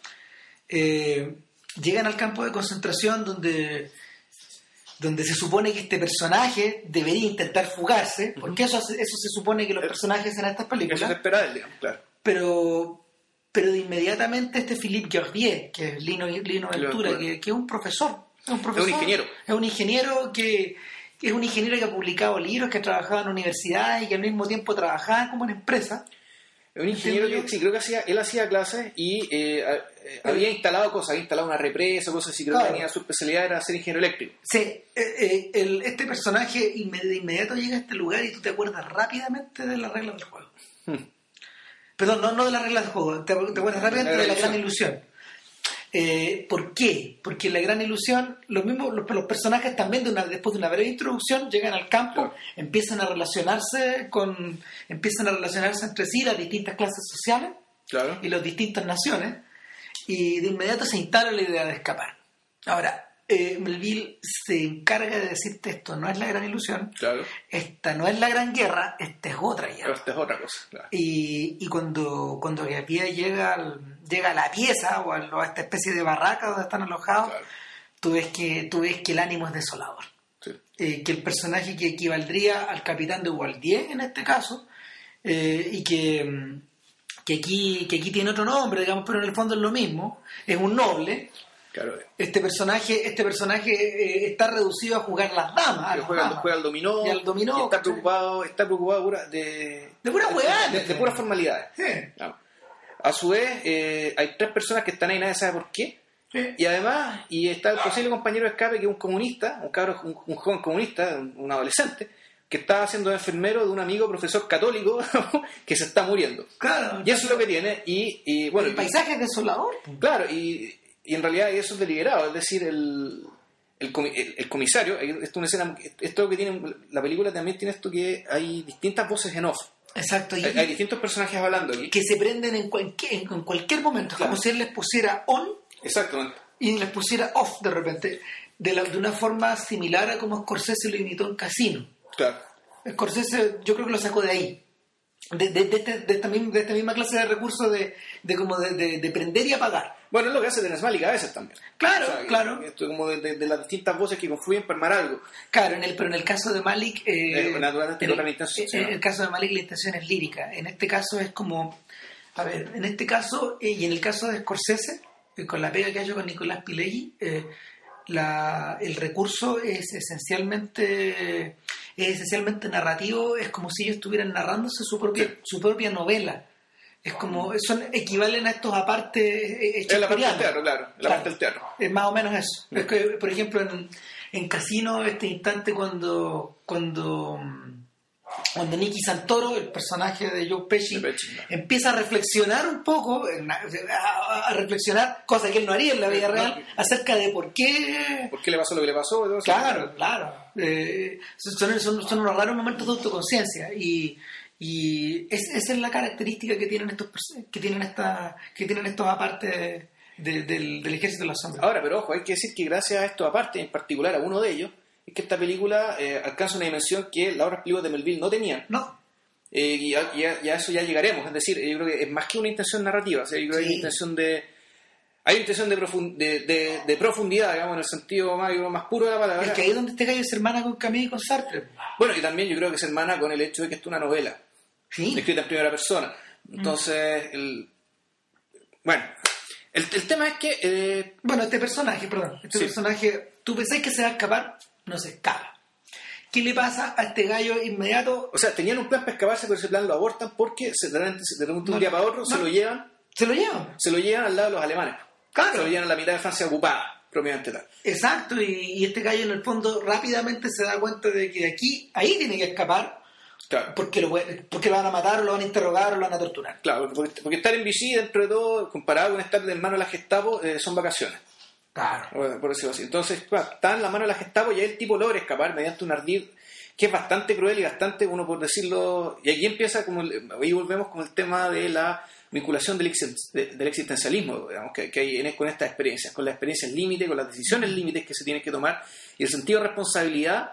Speaker 1: Eh, llegan al campo de concentración donde... donde se supone que este personaje debería intentar fugarse, porque eso, eso se supone que los personajes en estas películas.
Speaker 2: Eso se espera de él, digamos, claro.
Speaker 1: Pero, pero de inmediatamente este Philippe Geordier, que es Lino, Lino Ventura, que, que es un profesor, es un profesor.
Speaker 2: Es un ingeniero.
Speaker 1: Es un ingeniero que, que es un ingeniero que ha publicado libros, que ha trabajado en universidades y que al mismo tiempo trabajaba como en empresas.
Speaker 2: Un ingeniero que sí, creo que hacía, él hacía clases y eh, eh, había instalado cosas, había instalado una represa, cosas así, creo
Speaker 1: claro.
Speaker 2: que tenía su especialidad era ser ingeniero eléctrico.
Speaker 1: Sí, eh, eh, el, este personaje de inmediato llega a este lugar y tú te acuerdas rápidamente de las reglas del juego. Hmm. Perdón, no, no de las reglas del juego, te, te acuerdas rápidamente de la gran ilusión. Eh, ¿Por qué? Porque en la gran ilusión los mismos los, los personajes también de una, después de una breve introducción llegan al campo, claro. empiezan a relacionarse con empiezan a relacionarse entre sí las distintas clases sociales
Speaker 2: claro.
Speaker 1: y las distintas naciones y de inmediato se instala la idea de escapar. Ahora eh, Melville se encarga de decirte esto no es la gran ilusión,
Speaker 2: claro.
Speaker 1: esta no es la gran guerra, esta es otra guerra.
Speaker 2: Esta es otra cosa. Claro.
Speaker 1: Y, y cuando cuando Gabriel llega al, llega a la pieza o a, a esta especie de barraca donde están alojados, claro. tú ves que tú ves que el ánimo es desolador.
Speaker 2: Sí.
Speaker 1: Eh, que el personaje que equivaldría al capitán de Waldier en este caso eh, y que que aquí que aquí tiene otro nombre, digamos, pero en el fondo es lo mismo, es un noble.
Speaker 2: Claro.
Speaker 1: Este personaje, este personaje eh, está reducido a jugar las damas.
Speaker 2: Que juega, juega al dominó.
Speaker 1: Y al dominó.
Speaker 2: Y está preocupado, está preocupado pura de.
Speaker 1: De pura hueá.
Speaker 2: De, de, de puras formalidades.
Speaker 1: Sí.
Speaker 2: No. A su vez, eh, hay tres personas que están ahí, nadie sabe por qué.
Speaker 1: Sí.
Speaker 2: Y además, y está el posible compañero de escape que es un comunista, un cabro, un, un joven comunista, un, un adolescente, que está haciendo de enfermero de un amigo profesor católico que se está muriendo.
Speaker 1: Claro.
Speaker 2: Y eso es lo que tiene. Y, y bueno.
Speaker 1: El paisaje es desolador.
Speaker 2: Claro, y. Y en realidad eso es deliberado, es decir, el, el, el, el comisario, esto es una escena, esto que tiene, la película también tiene esto que hay distintas voces en off.
Speaker 1: Exacto. Y,
Speaker 2: hay, hay distintos personajes hablando aquí.
Speaker 1: Que se prenden en, cualquier, en, en cualquier momento, claro. Como si él les pusiera on.
Speaker 2: Exactamente.
Speaker 1: Y les pusiera off de repente, de, la, de una forma similar a como Scorsese lo imitó en Casino.
Speaker 2: Claro.
Speaker 1: Scorsese yo creo que lo sacó de ahí. De, de, de, este, de, esta, misma, de esta misma clase de recursos de, de como de, de, de prender y apagar.
Speaker 2: Bueno, es lo que hace Terrence Malick a veces también.
Speaker 1: Claro,
Speaker 2: o sea,
Speaker 1: claro.
Speaker 2: Esto es como de, de, de las distintas voces que confluyen para armar algo.
Speaker 1: Claro, en el, pero en el caso de Malick... Eh,
Speaker 2: eh, naturalmente
Speaker 1: en,
Speaker 2: otra
Speaker 1: el,
Speaker 2: intención,
Speaker 1: en el caso de Malick la intención es lírica. En este caso es como... A ver, en este caso, eh, y en el caso de Scorsese, eh, con la pega que ha hecho con Nicolás Pileggi, eh, la, el recurso es esencialmente... es esencialmente narrativo, es como si ellos estuvieran narrándose su propia, sí. su propia novela. Es como, son, equivalen a estos apartes eh,
Speaker 2: es la parte del teatro, claro, la
Speaker 1: claro,
Speaker 2: parte del teatro.
Speaker 1: Es más o menos eso.
Speaker 2: Sí.
Speaker 1: Es que, por ejemplo, en, en Casino, este instante cuando cuando cuando Nicky Santoro, el personaje de Joe Pesci, de Pesci ¿no? empieza a reflexionar un poco, a, a reflexionar, cosa que él no haría en la vida real, acerca de por qué...
Speaker 2: ¿Por qué le pasó lo que le pasó? ¿No?
Speaker 1: Claro, claro. Eh, son, son, son unos raros momentos de autoconciencia y, y es, esa es la característica que tienen estos que tienen esta, que tienen estos apartes de, del, del Ejército de las Sombras.
Speaker 2: Ahora, pero ojo, hay que decir que gracias a estos apartes, en particular a uno de ellos, es que esta película eh, alcanza una dimensión que las otras películas de Melville no tenían.
Speaker 1: No.
Speaker 2: Eh, y, a, y, a, y a eso ya llegaremos. Es decir, yo creo que es más que una intención narrativa. O sea, yo creo sí. que hay una intención de... Hay una intención de, profund, de, de, de profundidad, digamos, en el sentido más, más puro de la palabra.
Speaker 1: Es que ahí es donde este gallo se hermana con Camus y con Sartre.
Speaker 2: Bueno, y también yo creo que se hermana con el hecho de que esto es una novela.
Speaker 1: Sí.
Speaker 2: Escrita en primera persona. Entonces, mm. el... Bueno... El, el tema es que... Eh...
Speaker 1: Bueno, este personaje, perdón, este sí. personaje, tú pensás que se va a escapar, no se escapa. ¿Qué le pasa a este gallo inmediato?
Speaker 2: O sea, tenían un plan para escaparse, pero ese plan lo abortan porque se, de repente, de repente un
Speaker 1: no,
Speaker 2: día para otro no, se lo llevan.
Speaker 1: ¿Se lo llevan?
Speaker 2: Se lo llevan al lado de los alemanes.
Speaker 1: Claro.
Speaker 2: Se lo llevan a la mitad de Francia ocupada, propiamente tal.
Speaker 1: Exacto, y, y este gallo en el fondo rápidamente se da cuenta de que de aquí, ahí tiene que escapar,
Speaker 2: claro.
Speaker 1: porque, lo, porque lo van a matar o lo van a interrogar o lo van a torturar.
Speaker 2: Claro, porque, porque estar en Vichy, dentro de todo, comparado con estar en mano de la Gestapo, eh, son vacaciones.
Speaker 1: Claro.
Speaker 2: Por, por decirlo así. Entonces, claro, está en la mano de la Gestapo y ahí el tipo logra escapar mediante un ardid que es bastante cruel y bastante, uno por decirlo, y aquí empieza como, el, ahí volvemos con el tema de la vinculación del, del existencialismo, digamos, que, que hay en, con estas experiencias, con las experiencias límite, con las decisiones límites que se tienen que tomar y el sentido de responsabilidad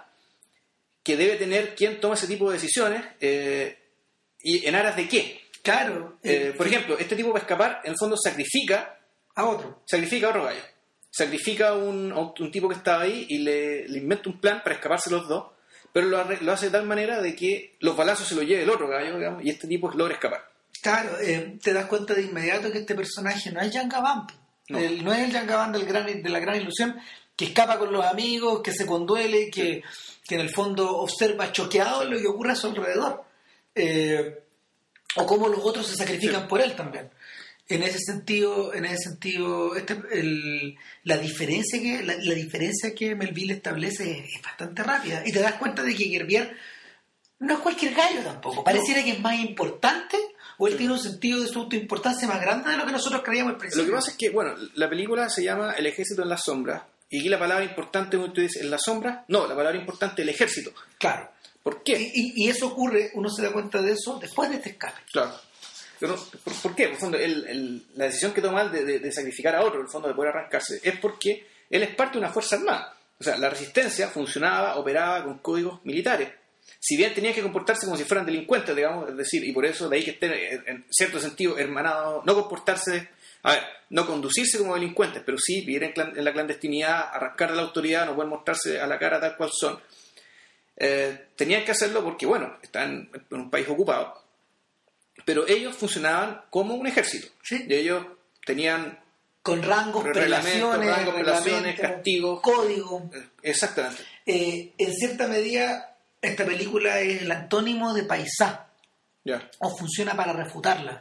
Speaker 2: que debe tener quien toma ese tipo de decisiones eh, y en aras de qué.
Speaker 1: Claro.
Speaker 2: Eh, por ejemplo, este tipo para escapar, en el fondo sacrifica
Speaker 1: a otro.
Speaker 2: Sacrifica a otro gallo. Sacrifica a un, a un tipo que estaba ahí y le, le inventa un plan para escaparse los dos, pero lo, lo hace de tal manera de que los balazos se los lleve el otro gallo, digamos, y este tipo logra escapar.
Speaker 1: Claro, eh, te das cuenta de inmediato que este personaje no es Jean Gabin, no. no es el Jean Gabin del gran, de la gran ilusión, que escapa con los amigos, que se conduele, que, que en el fondo observa choqueado lo que ocurre a su alrededor, eh, o cómo los otros se sacrifican sí. por él también. En ese sentido, en ese sentido, este, el, la diferencia que la, la diferencia que Melville establece es, es bastante rápida y te das cuenta de que Gervier no es cualquier gallo tampoco. Pareciera que es más importante o él sí. tiene un sentido de su autoimportancia más grande de lo que nosotros creíamos al principio.
Speaker 2: Lo que pasa es que, bueno, la película se llama El ejército en las sombras y aquí la palabra importante, como tú dices, en las sombras, no, la palabra importante es el ejército.
Speaker 1: Claro.
Speaker 2: ¿Por qué?
Speaker 1: Y, y, y eso ocurre, uno se da cuenta de eso después de este escape.
Speaker 2: Claro. Pero, ¿por, ¿Por qué? En el fondo, el, el, la decisión que toma él de, de, de sacrificar a otro, en el fondo de poder arrancarse, es porque él es parte de una fuerza armada. O sea, la resistencia funcionaba, operaba con códigos militares. Si bien tenían que comportarse como si fueran delincuentes, digamos, es decir, y por eso de ahí que estén, en cierto sentido, hermanados, no comportarse, a ver, no conducirse como delincuentes, pero sí vivir en, clan, en la clandestinidad, arrancar de la autoridad, no poder mostrarse a la cara tal cual son. Eh, tenían que hacerlo porque, bueno, están en un país ocupado. Pero ellos funcionaban como un ejército.
Speaker 1: Sí.
Speaker 2: Y ellos tenían...
Speaker 1: Con rangos, prelaciones,
Speaker 2: rangos, prelaciones, castigos.
Speaker 1: Código.
Speaker 2: Exactamente.
Speaker 1: Eh, en cierta medida, esta película es el antónimo de Paisá.
Speaker 2: Yeah.
Speaker 1: O funciona para refutarla.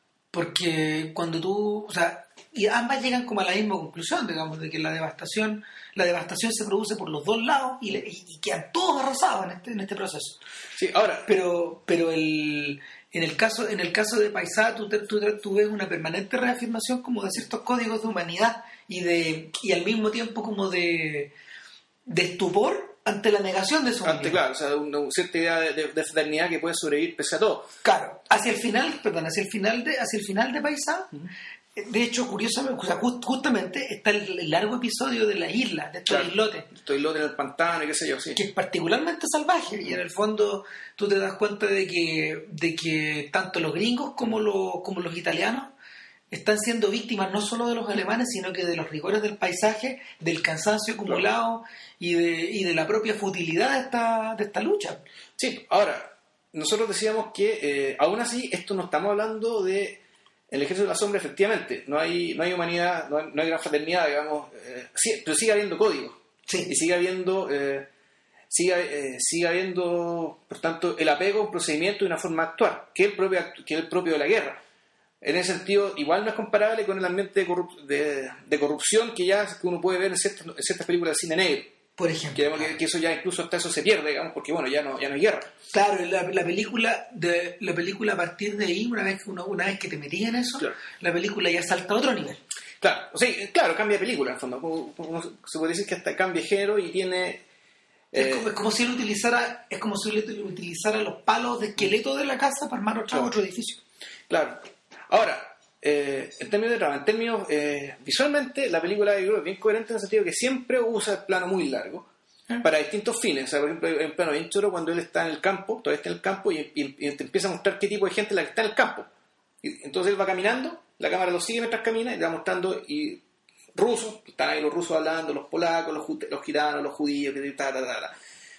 Speaker 1: Porque cuando tú... O sea, y ambas llegan como a la misma conclusión, digamos, de que la devastación la devastación se produce por los dos lados y, le, y, y quedan todos arrasados en este, en este proceso.
Speaker 2: Sí, ahora...
Speaker 1: Pero, pero el... En el caso, en el caso de Paisá, tú, tú, tú ves una permanente reafirmación como de ciertos códigos de humanidad y de y al mismo tiempo como de, de estupor ante la negación de su humanidad.
Speaker 2: Ante, claro, o sea, una cierta idea de, de, de fraternidad que puede sobrevivir pese a todo.
Speaker 1: Claro, hacia el final, perdón, hacia el final de, hacia el final de Paisá, uh-huh. De hecho, curiosamente, o sea, just, justamente está el, el largo episodio de la isla, de estos
Speaker 2: claro,
Speaker 1: islotes.
Speaker 2: Estos islotes en el pantano y qué sé yo, sí.
Speaker 1: Que es particularmente salvaje y en el fondo tú te das cuenta de que, de que tanto los gringos como los, como los italianos están siendo víctimas no solo de los alemanes, sino que de los rigores del paisaje, del cansancio acumulado claro. y, de, y de la propia futilidad de esta, de esta lucha.
Speaker 2: Sí, ahora, nosotros decíamos que eh, aún así esto no estamos hablando de el ejército de la sombra, efectivamente, no hay, no hay humanidad, no hay, no hay gran fraternidad, digamos, eh, sí, pero sigue habiendo códigos.
Speaker 1: Sí.
Speaker 2: Y sigue habiendo, eh, sigue, eh, sigue habiendo, por tanto, el apego a un procedimiento y una forma de actuar, que es el propio, que es el propio de la guerra. En ese sentido, igual no es comparable con el ambiente de, corrup- de, de corrupción que ya que uno puede ver en ciertas, en ciertas películas de cine negro.
Speaker 1: Por ejemplo.
Speaker 2: Que, que eso ya incluso hasta eso se pierde, digamos, porque bueno, ya no, ya no hay guerra.
Speaker 1: Claro, la, la película de la película a partir de ahí, una vez que uno, una vez que te metís en eso, claro. La película ya salta a otro nivel.
Speaker 2: Claro, o sea, claro, cambia de película en el fondo. Como, como se puede decir que hasta cambia de género y tiene eh...
Speaker 1: es, como, es como si él utilizara, es como si él utilizara los palos de esqueleto de la casa para armar otro, claro. otro edificio.
Speaker 2: Claro. Ahora, eh, en términos de trama, en términos eh, visualmente, la película yo creo, es bien coherente en el sentido que siempre usa el plano muy largo ¿Eh? para distintos fines. O sea, por ejemplo, hay un plano bien choro cuando él está en el campo, todavía está en el campo, y, y, y te empieza a mostrar qué tipo de gente es la que está en el campo. Y, entonces él va caminando, la cámara lo sigue mientras camina y le va mostrando y rusos, están ahí los rusos hablando, los polacos, los, los gitanos, los judíos, ta, ta, ta, ta.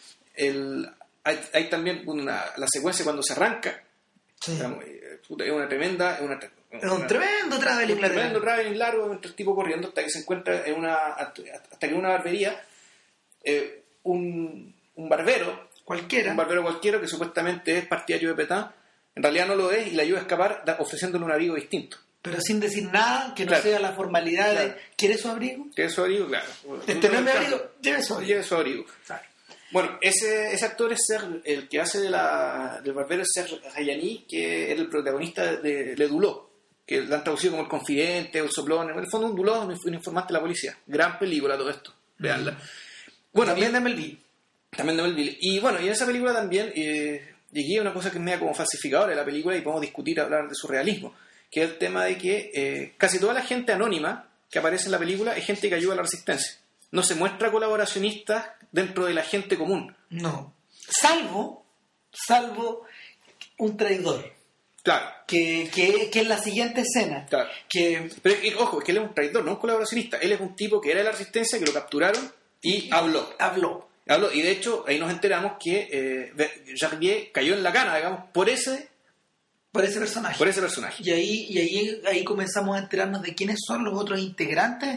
Speaker 2: El, hay, hay también una, la secuencia cuando se arranca. Sí. Digamos, es una tremenda... Es una,
Speaker 1: es un una, tremendo traveling
Speaker 2: largo. Un tremendo traveling largo mientras el tipo corriendo hasta que se encuentra en una... hasta que en una barbería eh, un, un barbero...
Speaker 1: Cualquiera.
Speaker 2: Un barbero cualquiera que supuestamente es partidario de Pétain, en realidad no lo es y le ayuda a escapar da, ofreciéndole un abrigo distinto.
Speaker 1: pero sin decir nada que no
Speaker 2: claro.
Speaker 1: sea la formalidad
Speaker 2: claro.
Speaker 1: de ¿quiere su abrigo?
Speaker 2: ¿Quiere su abrigo? Claro.
Speaker 1: Este no es mi abrigo, lleve su abrigo.
Speaker 2: Lleve su abrigo. Claro. Bueno, ese, ese actor es Serge, el que hace de la, del barbero Serge Reggiani, que era el protagonista de Le Dulot, que lo han traducido como El Confidente o El Soplón. En el fondo, un Dulot, un informante de la policía. Gran película todo esto. Veanla. Mm.
Speaker 1: Bueno, también de Melville.
Speaker 2: También de Melville. Y bueno, y en esa película también eh, llegué a una cosa que es media como falsificadora de la película y podemos discutir, hablar de su realismo, que es el tema de que eh, casi toda la gente anónima que aparece en la película es gente que ayuda a la resistencia. No se muestra colaboracionistas dentro de la gente común.
Speaker 1: No. Salvo, salvo un traidor.
Speaker 2: Claro.
Speaker 1: Que, que, que es la siguiente escena.
Speaker 2: Claro.
Speaker 1: Que,
Speaker 2: Pero ojo, es que él es un traidor, no un colaboracionista. Él es un tipo que era de la resistencia, que lo capturaron y habló.
Speaker 1: Habló.
Speaker 2: Habló. Y de hecho, ahí nos enteramos que eh, Jardier cayó en la cana, digamos, por ese...
Speaker 1: Por ese personaje.
Speaker 2: Por ese personaje.
Speaker 1: Y ahí, y ahí, ahí comenzamos a enterarnos de quiénes son los otros integrantes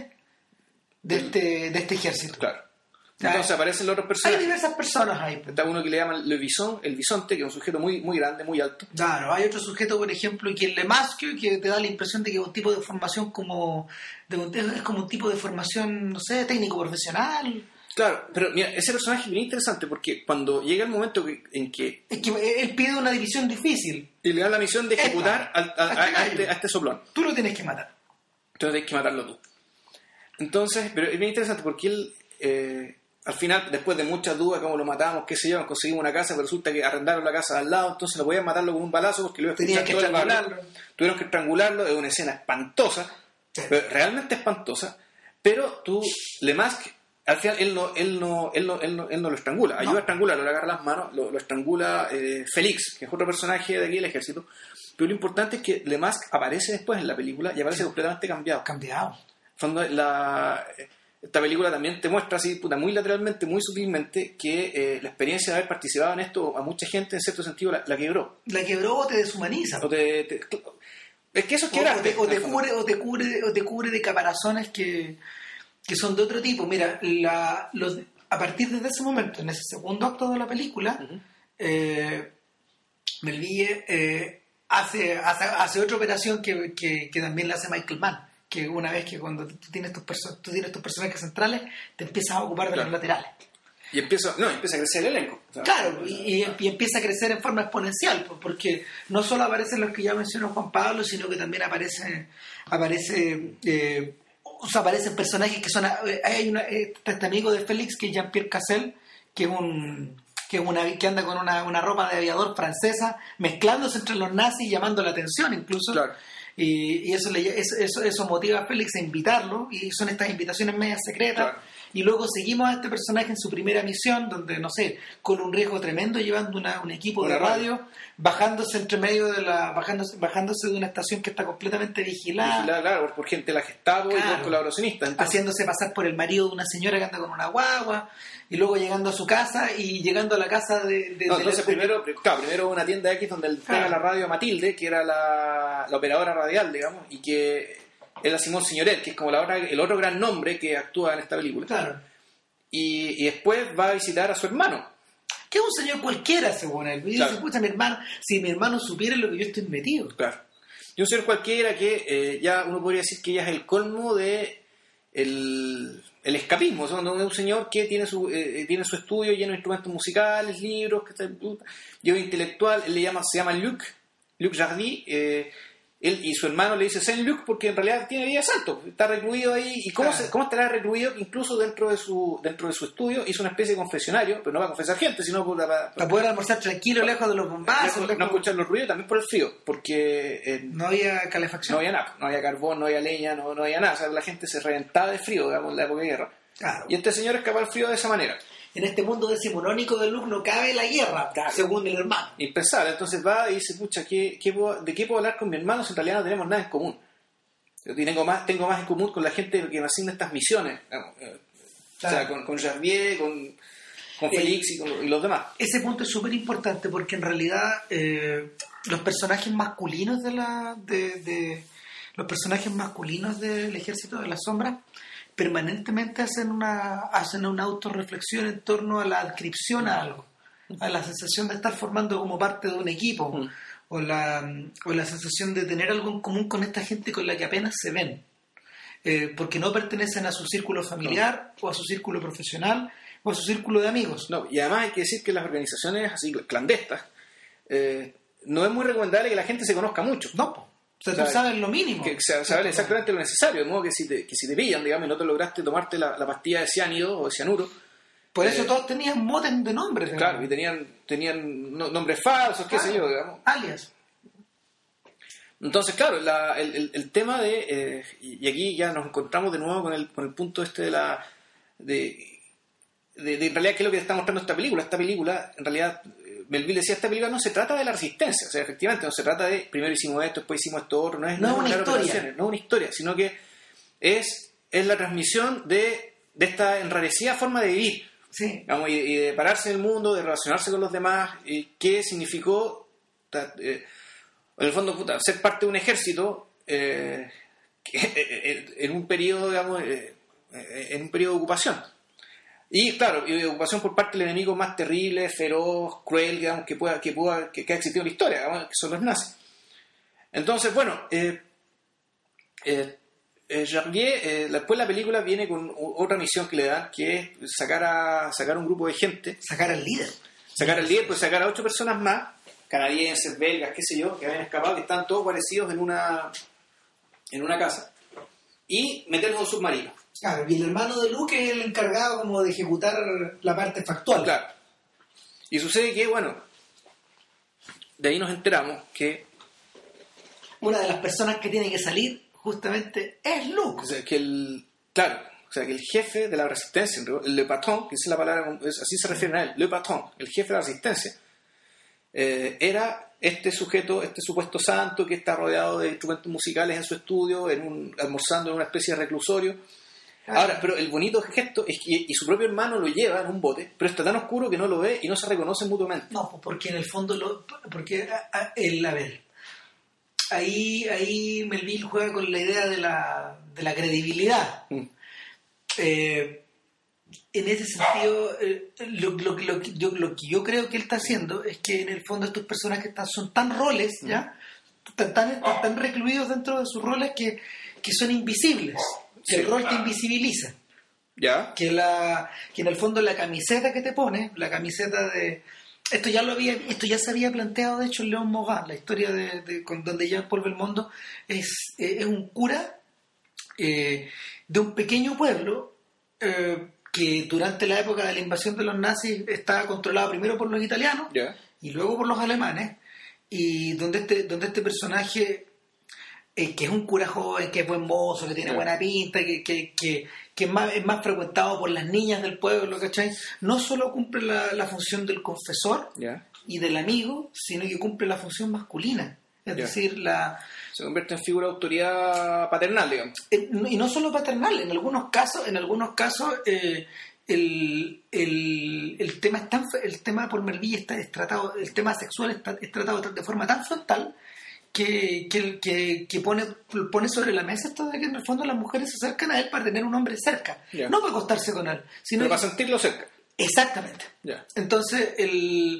Speaker 1: de este, de este ejército.
Speaker 2: Claro. Entonces aparecen los otros personajes.
Speaker 1: Hay diversas personas ahí.
Speaker 2: Está uno que le llaman Le Bison, el bisonte, que es un sujeto muy, muy grande, muy alto.
Speaker 1: Claro, hay otro sujeto, por ejemplo, que es Le Masque, que te da la impresión de que es un tipo de formación como... De, es como un tipo de formación, no sé, técnico profesional.
Speaker 2: Claro, pero mira, ese personaje es bien interesante porque cuando llega el momento que, en que...
Speaker 1: Es que él pide una división difícil.
Speaker 2: Y le da la misión de ejecutar
Speaker 1: Esta,
Speaker 2: a, a, a,
Speaker 1: a,
Speaker 2: a, este, a este soplón.
Speaker 1: Tú lo tienes que matar.
Speaker 2: Entonces tienes que matarlo tú. Entonces, pero es bien interesante porque él... Eh, al final, después de muchas dudas, cómo lo matamos, qué sé yo, conseguimos una casa, pero resulta que arrendaron la casa al lado, entonces no podían matarlo con un balazo porque lo iba a
Speaker 1: Tenían que estrangularlo.
Speaker 2: Tuvieron que estrangularlo, es una escena espantosa, sí. Pero realmente espantosa, pero tú, Le Masque, al final él no, él no, él no, él no, él no lo estrangula, ayuda no. a estrangularlo, le agarra las manos, lo, lo estrangula eh, Félix, que es otro personaje de aquí del ejército, pero lo importante es que Le Masque aparece después en la película y aparece sí. completamente cambiado.
Speaker 1: Cambiado.
Speaker 2: Cuando la... Esta película también te muestra así, puta, muy lateralmente, muy sutilmente, que eh, la experiencia de haber participado en esto a mucha gente, en cierto sentido, la, la quebró.
Speaker 1: La quebró o te deshumaniza.
Speaker 2: O te, te, es que eso es quebrarte.
Speaker 1: O, o, te, o, te cubre, o, te cubre, o te cubre de caparazones que, que son de otro tipo. Mira, la, los, a partir de ese momento, en ese segundo acto de la película, uh-huh. eh, Melville eh, hace, hace, hace otra operación que, que, que también la hace Michael Mann. Que una vez que cuando tú tienes tus, perso- tú tienes tus personajes centrales, te empiezas a ocupar de claro. los laterales.
Speaker 2: Y empieza, no, empieza a crecer el elenco. O sea,
Speaker 1: claro, y, y, y empieza a crecer en forma exponencial, porque no solo aparecen los que ya mencionó Juan Pablo, sino que también aparecen, aparece, eh, o sea, aparecen personajes que son... Hay una, este amigo de Félix, que es Jean-Pierre Cassel, que es un... Que, una, que anda con una, una ropa de aviador francesa, mezclándose entre los nazis y llamando la atención incluso. Claro. Y, y eso, le, eso, eso, eso motiva a Félix a invitarlo, y son estas invitaciones medias secretas. Claro. Y luego seguimos a este personaje en su primera misión, donde, no sé, con un riesgo tremendo, llevando una, un equipo una de radio, radio, bajándose entre medio de la bajándose, bajándose de una estación que está completamente vigilada.
Speaker 2: Vigilada, claro, por gente de la Gestapo claro. y por colaboracionistas.
Speaker 1: Entonces, haciéndose pasar por el marido de una señora que anda con una guagua, y luego llegando a su casa y llegando a la casa de... de
Speaker 2: no,
Speaker 1: de
Speaker 2: entonces
Speaker 1: la,
Speaker 2: primero, claro, primero una tienda X donde él claro. pega la radio a Matilde, que era la, la operadora radial, digamos, y que es la Simón Signoret, que es como la otra, el otro gran nombre que actúa en esta película.
Speaker 1: Claro.
Speaker 2: Y, y después va a visitar a su hermano.
Speaker 1: Que es un señor cualquiera, según él. Y dice,
Speaker 2: claro.
Speaker 1: escucha, mi hermano, si mi hermano supiera lo que yo estoy metido.
Speaker 2: Claro. Y un señor cualquiera que eh, ya uno podría decir que ya es el colmo de el, el escapismo. O sea, un señor que tiene su eh, tiene su estudio lleno de instrumentos musicales, libros, que está lleno intelectual. Él le llama, se llama Luc, Luc Jardy. Eh, él y su hermano le dice Saint-Luc porque en realidad tiene vida de santo, está recluido ahí. ¿Y cómo, claro. se, cómo estará recluido? Incluso dentro de su dentro de su estudio hizo una especie de confesionario, pero no para confesar gente, sino para, para,
Speaker 1: para poder almorzar tranquilo, para, lejos de los bombazos,
Speaker 2: lejos, no escuchar los ruidos, también por el frío, porque eh,
Speaker 1: no había calefacción,
Speaker 2: no había nada, no había carbón, no había leña, no, no había nada, o sea, la gente se reventaba de frío, digamos, en la época de guerra. Claro. Y este señor escapó al frío de esa manera.
Speaker 1: En este mundo decimonónico de Luc no cabe la guerra, claro. según el hermano.
Speaker 2: Impensable. Entonces va y dice, pucha, ¿qué, qué puedo, ¿de qué puedo hablar con mi hermano si en realidad no tenemos nada en común? Yo tengo más, tengo más en común con la gente que me asigna estas misiones. Claro. O sea, con, con Jardier, con, con Félix y, con, y los demás.
Speaker 1: Ese punto es súper importante porque en realidad eh, los personajes masculinos de la de, de los personajes masculinos del Ejército de las Sombras permanentemente hacen una hacen una autorreflexión en torno a la adscripción a algo, a la sensación de estar formando como parte de un equipo, mm. o la, o la sensación de tener algo en común con esta gente con la que apenas se ven, eh, porque no pertenecen a su círculo familiar no. o a su círculo profesional o a su círculo de amigos.
Speaker 2: No, y además hay que decir que las organizaciones así clandestas eh, no es muy recomendable que la gente se conozca mucho.
Speaker 1: No, po. O sea, o sea, tú sabes lo mínimo.
Speaker 2: Que saber exactamente lo necesario, de modo que si te, que si te pillan, digamos, y no te lograste tomarte la, la pastilla de ciánido o de cianuro.
Speaker 1: Por
Speaker 2: eh,
Speaker 1: eso todos tenían motes de nombres.
Speaker 2: Claro, y tenían, tenían nombres falsos, qué claro, sé yo, digamos.
Speaker 1: Alias.
Speaker 2: Entonces, claro, la, el, el, el tema de... Eh, y aquí ya nos encontramos de nuevo con el, con el punto este de la... De, de, de en realidad, ¿qué es lo que está mostrando esta película? Esta película, en realidad... Melville decía, esta película no se trata de la resistencia, o sea, efectivamente no se trata de primero hicimos esto, después hicimos esto otro, no es,
Speaker 1: no
Speaker 2: no
Speaker 1: es una historia,
Speaker 2: no es una historia, sino que es, es la transmisión de, de esta enrarecida forma de vivir,
Speaker 1: sí.
Speaker 2: digamos, y, y de pararse en el mundo, de relacionarse con los demás, y qué significó, eh, en el fondo, puta, ser parte de un ejército eh, que, en un periodo, digamos, eh, en un periodo de ocupación. Y claro, y de ocupación por parte del enemigo más terrible, feroz, cruel, digamos, que pueda, que pueda, que, que ha existido en la historia, digamos, que son los nazis. Entonces, bueno, eh, eh, eh, Jardier, eh, después la película viene con otra misión que le dan, que es sacar a sacar un grupo de gente,
Speaker 1: sacar al líder,
Speaker 2: sacar al líder, pues sacar a ocho personas más, canadienses, belgas, qué sé yo, que habían escapado, que están todos parecidos en una en una casa, y meterlos en un submarino.
Speaker 1: Claro, y el hermano de Luke es el encargado como de ejecutar la parte factual.
Speaker 2: Claro. Y sucede que, bueno, de ahí nos enteramos que
Speaker 1: una de las personas que tiene que salir justamente es Luke.
Speaker 2: O sea, que el, claro, o sea, que el jefe de la resistencia, el Le Patron, que es la palabra, así se refieren a él, Le Patron, el jefe de la resistencia, eh, era este sujeto, este supuesto santo que está rodeado de instrumentos musicales en su estudio, en un, almorzando en una especie de reclusorio. Ahora, pero el bonito gesto es que y su propio hermano lo lleva en un bote, pero está tan oscuro que no lo ve y no se reconocen mutuamente.
Speaker 1: No, porque en el fondo, lo, porque el, a ver, ahí, ahí Melville juega con la idea de la, de la credibilidad. Mm. Eh, en ese sentido, eh, lo, lo, lo, yo, lo que yo creo que él está haciendo es que en el fondo estos personajes están, son tan roles, mm. ¿ya? Están tan, tan recluidos dentro de sus roles que, que son invisibles. Que sí, el rol te invisibiliza.
Speaker 2: ¿Ya?
Speaker 1: Que, la, que en el fondo la camiseta que te pone, la camiseta de... Esto ya lo había, esto ya se había planteado, de hecho, en León Mogat, la historia de, de con, donde Jean-Paul Belmondo es, eh, es un cura eh, de un pequeño pueblo eh, que durante la época de la invasión de los nazis estaba controlado primero por los italianos
Speaker 2: ¿Ya?
Speaker 1: y luego por los alemanes, y donde este, donde este personaje... Eh, que es un cura joven, que es buen mozo, que tiene yeah. buena pinta, que, que, que, que es, más, es más frecuentado por las niñas del pueblo, ¿cachai? No solo cumple la, la función del confesor
Speaker 2: yeah.
Speaker 1: y del amigo, sino que cumple la función masculina. Es yeah. decir, la...
Speaker 2: se convierte en figura de autoridad paternal, digamos.
Speaker 1: Eh, y no solo paternal, en algunos casos, en algunos casos eh, el, el, el tema es tan, el tema por Melville está es tratado, el tema sexual está, es tratado de forma tan frontal que, que, que, que pone, pone sobre la mesa esto de que en el fondo las mujeres se acercan a él para tener un hombre cerca, yeah. no para acostarse con él, sino
Speaker 2: pero
Speaker 1: que,
Speaker 2: para sentirlo cerca.
Speaker 1: Exactamente.
Speaker 2: Yeah.
Speaker 1: Entonces el,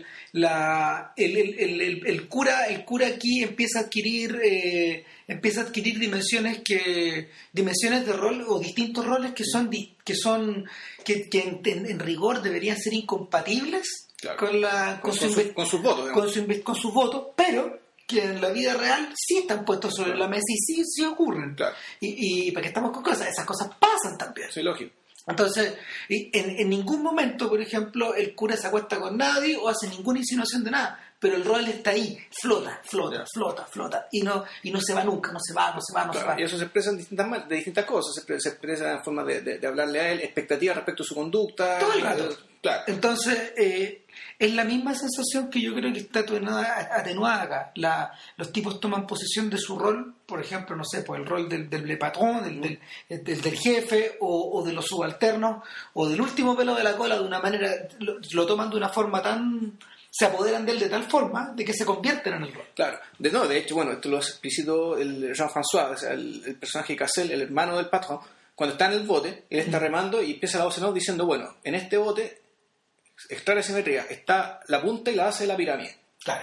Speaker 1: la, el, el, el, el, el cura el cura aquí empieza a adquirir eh, empieza a adquirir dimensiones que dimensiones de rol o distintos roles que son que son que, que en, en, en rigor deberían ser incompatibles
Speaker 2: claro.
Speaker 1: con la con,
Speaker 2: con,
Speaker 1: su,
Speaker 2: su, con sus votos,
Speaker 1: con, su, con sus votos, pero que en la vida real sí están puestos sobre claro. la mesa y sí, sí ocurren.
Speaker 2: Claro.
Speaker 1: Y, y para que estamos con cosas, esas cosas pasan también.
Speaker 2: Sí, lógico.
Speaker 1: Entonces, en, en ningún momento, por ejemplo, el cura se acuesta con nadie o hace ninguna insinuación de nada, pero el rol está ahí, flota, flota, yeah. flota, flota, y no y no se va nunca, no se va, no se va, no
Speaker 2: claro,
Speaker 1: se va.
Speaker 2: Y eso se expresa en distintas, de distintas cosas, se expresa, se expresa en forma de, de, de hablarle a él, expectativas respecto a su conducta.
Speaker 1: Todo el rato.
Speaker 2: Eh, claro.
Speaker 1: Entonces, eh, es la misma sensación que yo creo que está atenuada, atenuada acá. La, los tipos toman posesión de su rol, por ejemplo, no sé, pues el rol del, del le patrón, del, del, del, del jefe, o, o de los subalternos, o del último pelo de la cola, de una manera, lo, lo toman de una forma tan... se apoderan de él de tal forma de que se convierten en el rol.
Speaker 2: Claro, de, no, de hecho, bueno, esto lo explicitó el Jean-François, o sea, el, el personaje de Cassel, el hermano del patrón, cuando está en el bote, él está remando y empieza la voz en off diciendo, bueno, en este bote, extrae la simetría, está la punta y la base de la pirámide.
Speaker 1: Claro.